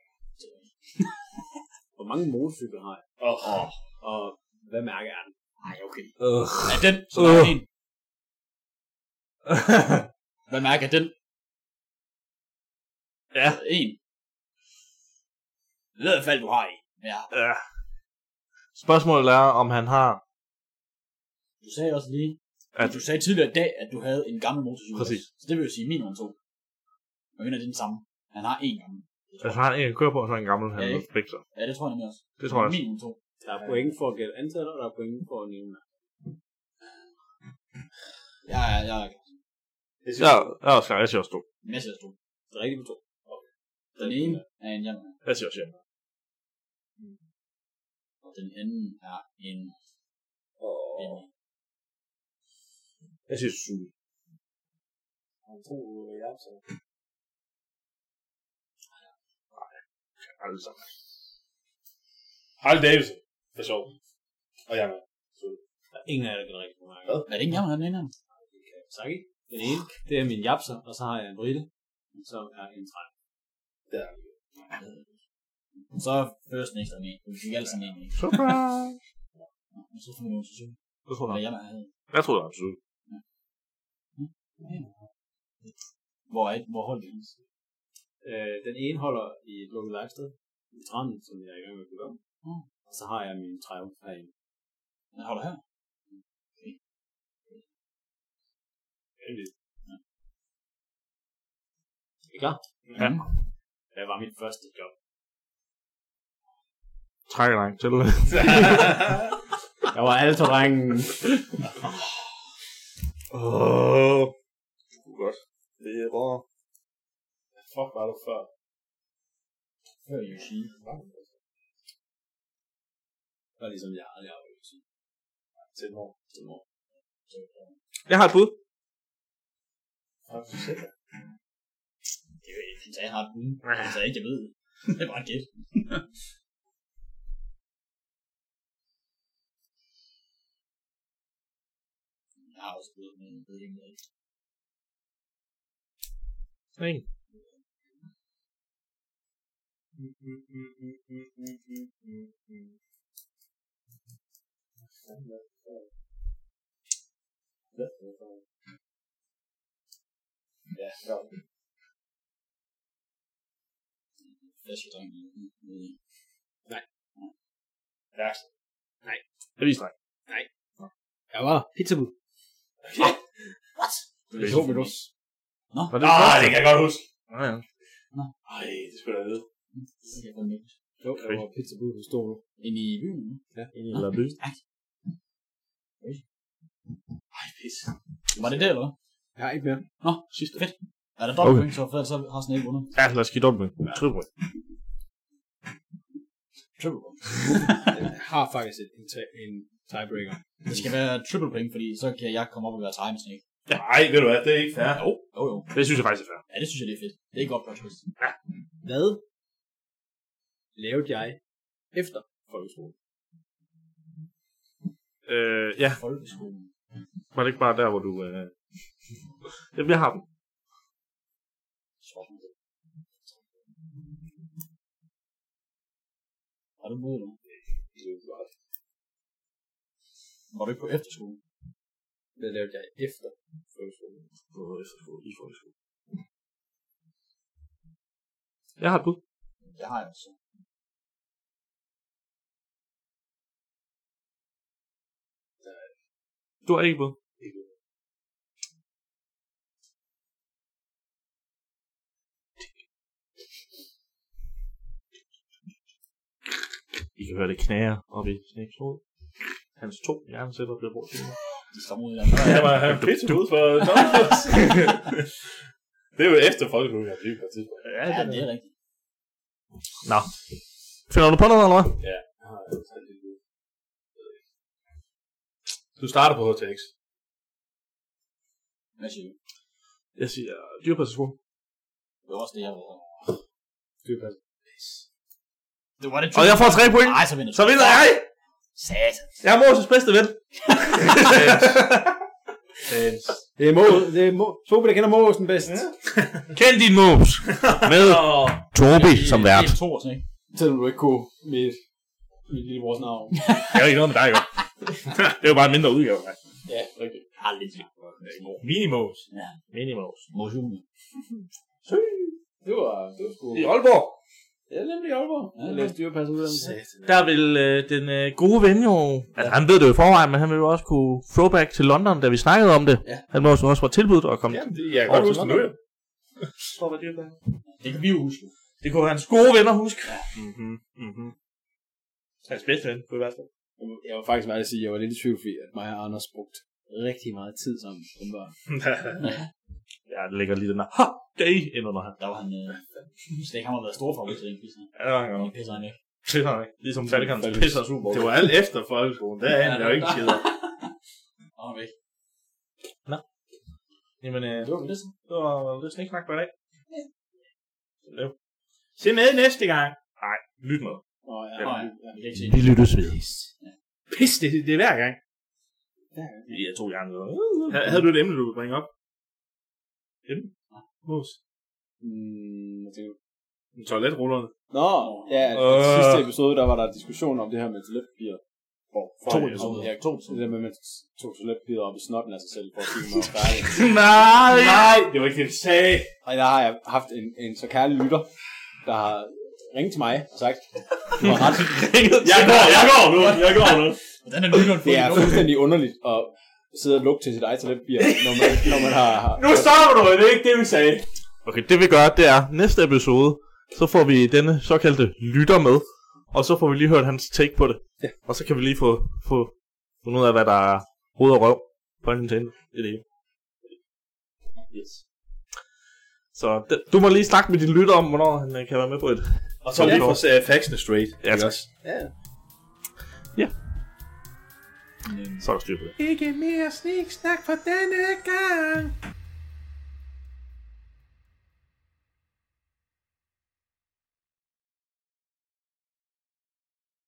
Hvor mange motorcykler har jeg? Og hvad mærke er den? Nej, okay. Er den? Så der er en. Hvad mærke er den? Ja. En. I hvert fald, du har en. Ja. Spørgsmålet er, om han har... Du sagde også lige... Du sagde tidligere i dag, at du havde en gammel motorcykel. Præcis. Så det vil jo sige minimum 2. Men det er den samme. Han har en gammel. Altså han har en kører på, og så en gammel, han har fikser. Ja, det tror jeg nemlig også. Det tror jeg også. Minimum 2. Der er point for at gætte antal, og der er point for at nævne. Ja. Jeg er også klar. Jeg siger også 2. Jeg siger også 2. Det er rigtigt på 2. Okay. Den ene er en januar. Jeg siger også ja. Og den anden er en... Jeg siger 7. Nej, alle sammen. Harley Davidson. For sjov. Og jeg er med. Der er ingen af jer, der kan rigtig på mig. Er det ikke jeg, der har den ene af dem? Saki. Den ene, det er min japser, og så har jeg en Brite, som er en træ. Det er Så er først næste med. Vi fik alle sammen en. Surprise! Så får vi nogle til 7. Det tror jeg. Jeg troede, det var 7. Hvor holder vi den? Den ene holder i et lukket værksted, i Tranden, som jeg er i gang med at bygge om. Og så har jeg min Triumph herinde. Den holder her? Okay. Ja. Er I klar? Ja. Det var mit første job. Trækker langt til. Jeg var altordrengen. godt. Det er bare... Fuck var du før? Før Yoshi. Det var ligesom jeg aldrig har Yoshi. Til et år. Jeg har et bud. Han sagde, jeg har et bud. Han sagde ikke, jeg ved det. Det er bare et gæt. Jeg har også et bud, men jeg ved ikke, hvad det er. Ring. Ja, godt. Flaskedreng. Nej. Værksted. Nej. Avisdreng. Nej. Jeg var pizzabud. What? Det er 2 minutter. Nå. Det kan jeg godt huske. Ja. Ej, det skulle jeg vide. Jo, jeg var pizzabud hos Stolo. Inde i byen? Ja. Inde i Laby. Ej, pis. Var det det, eller hvad? Jeg har ikke mere. Nå, sidste. Fedt. Er der dobbelt point, så har sådan ikke vundet? Ja, lad os give dobbelt. Triple point. Triple point. Jeg har faktisk en tiebreaker. Det skal være triple point, fordi så kan jeg komme op og være time snake. Ja. Ej, ved du hvad, det er ikke fair. Jo. Det synes jeg faktisk er fair. Ja, det synes jeg, det er fedt. Det er godt godt twist. Hvad lavede jeg efter folkeskolen? Ja. Folkeskolen. Var det ikke bare der, hvor du... Jamen, jeg har den. Var du med, eller? Var du ikke på efterskole? Hvad lavede jeg efter folkeskolen? I folkeskole. Jeg har et bud. Det har jeg også. Du har ikke bud. I kan høre det knager oppe i Snakes hoved. Hans 2 hjerneceller bliver brugt til det. De stammer ud af Jeg var en pizza ud for Douglas. Det er jo efter folkeskolen, jeg bliver på et tidspunkt. Ja, det er rigtigt. Nå. Finder du på noget, eller hvad? Ja. Du starter på HTX. Hvad siger du? Jeg siger dyrepasserskole. Det var også det, jeg var. Dyrepasser. Det var det. Og jeg får 3 point. Nej, så vinder du. Så vinder jeg! Satan. Jeg er Moses bedste ven. Det er Mås. Det er Tobi, der kender Måsen bedst. Ja. Kend din Mos. Med Tobi som vært. Det er 2 år, ikke? Selvom du ikke kunne mit lille vores navn. Det er jo ikke noget med dig, godt. Det er jo bare en mindre udgave. Ja, rigtigt. Jeg har lidt. Minimos. Ja. Minimos. Motion. Det var sgu... I Aalborg. Det er nemlig i Aalborg. Ja, jeg læste dyrepasseruddannelse. Der vil den gode ven jo... Altså han ved det jo i forvejen, men han vil jo også kunne throwback til London, da vi snakkede om det. Ja. Han må også være tilbudt at komme. Jamen, jeg kan godt huske nu, jo. Det kan vi jo huske. Det kunne hans gode venner huske. Ja. Hans bedste ven, kunne i hvert fald. Jeg var faktisk meget at sige, at jeg var lidt i tvivl, fordi at mig og Anders brugt rigtig meget tid sammen som børn. Ja, det ligger lige den der day ind under her. Der var han... Stik, han har været stor favorit til den quiz her. Ja, det var han godt. Han pisser han ikke. Pisser han ikke. Ligesom Falcons pisser Super Bowl. Det var alt efter folkeskolen. Der er han jo ikke skider. Og han væk. Nå. Jamen, Det var det så. det var lidt sniksnak på i dag. Se med næste gang. Nej, lyt med. Vi lyttes ved. Pis, det er hver gang. Jeg tog hjernen. Havde du et emne, du ville bringe op? Emne? Mås. Hvad tænker du? Toiletrullerne. Nå, ja, i sidste episode, der var der diskussion om det her med toiletpapir. To episoder. Det der med, at man tog toiletpapiret op i snotten af sig selv, for at sige, at man var færdig. Nej, det var ikke det, du sagde. Og der har jeg haft en så kærlig lytter, der har ringet til mig og sagt, du har ret. Jeg går nu. Hvordan er lytteren? Det er fuldstændig underligt at sidde og lugte til sit eget toiletpapir, når man har... Nu stopper du, det er ikke det, vi sagde. Okay, det vi gør, det er næste episode, så får vi denne såkaldte lytter med, og så får vi lige hørt hans take på det. Ja. Og så kan vi lige få fundet ud af, hvad der er hoved og røv på Nintendo i det hele. Yes. Så du må lige snakke med din lytter om, hvornår han kan være med på et. Og så lige få faxene straight. Ja, tak. Ja. Så er der styr på det. Ikke mere sniksnak for denne gang.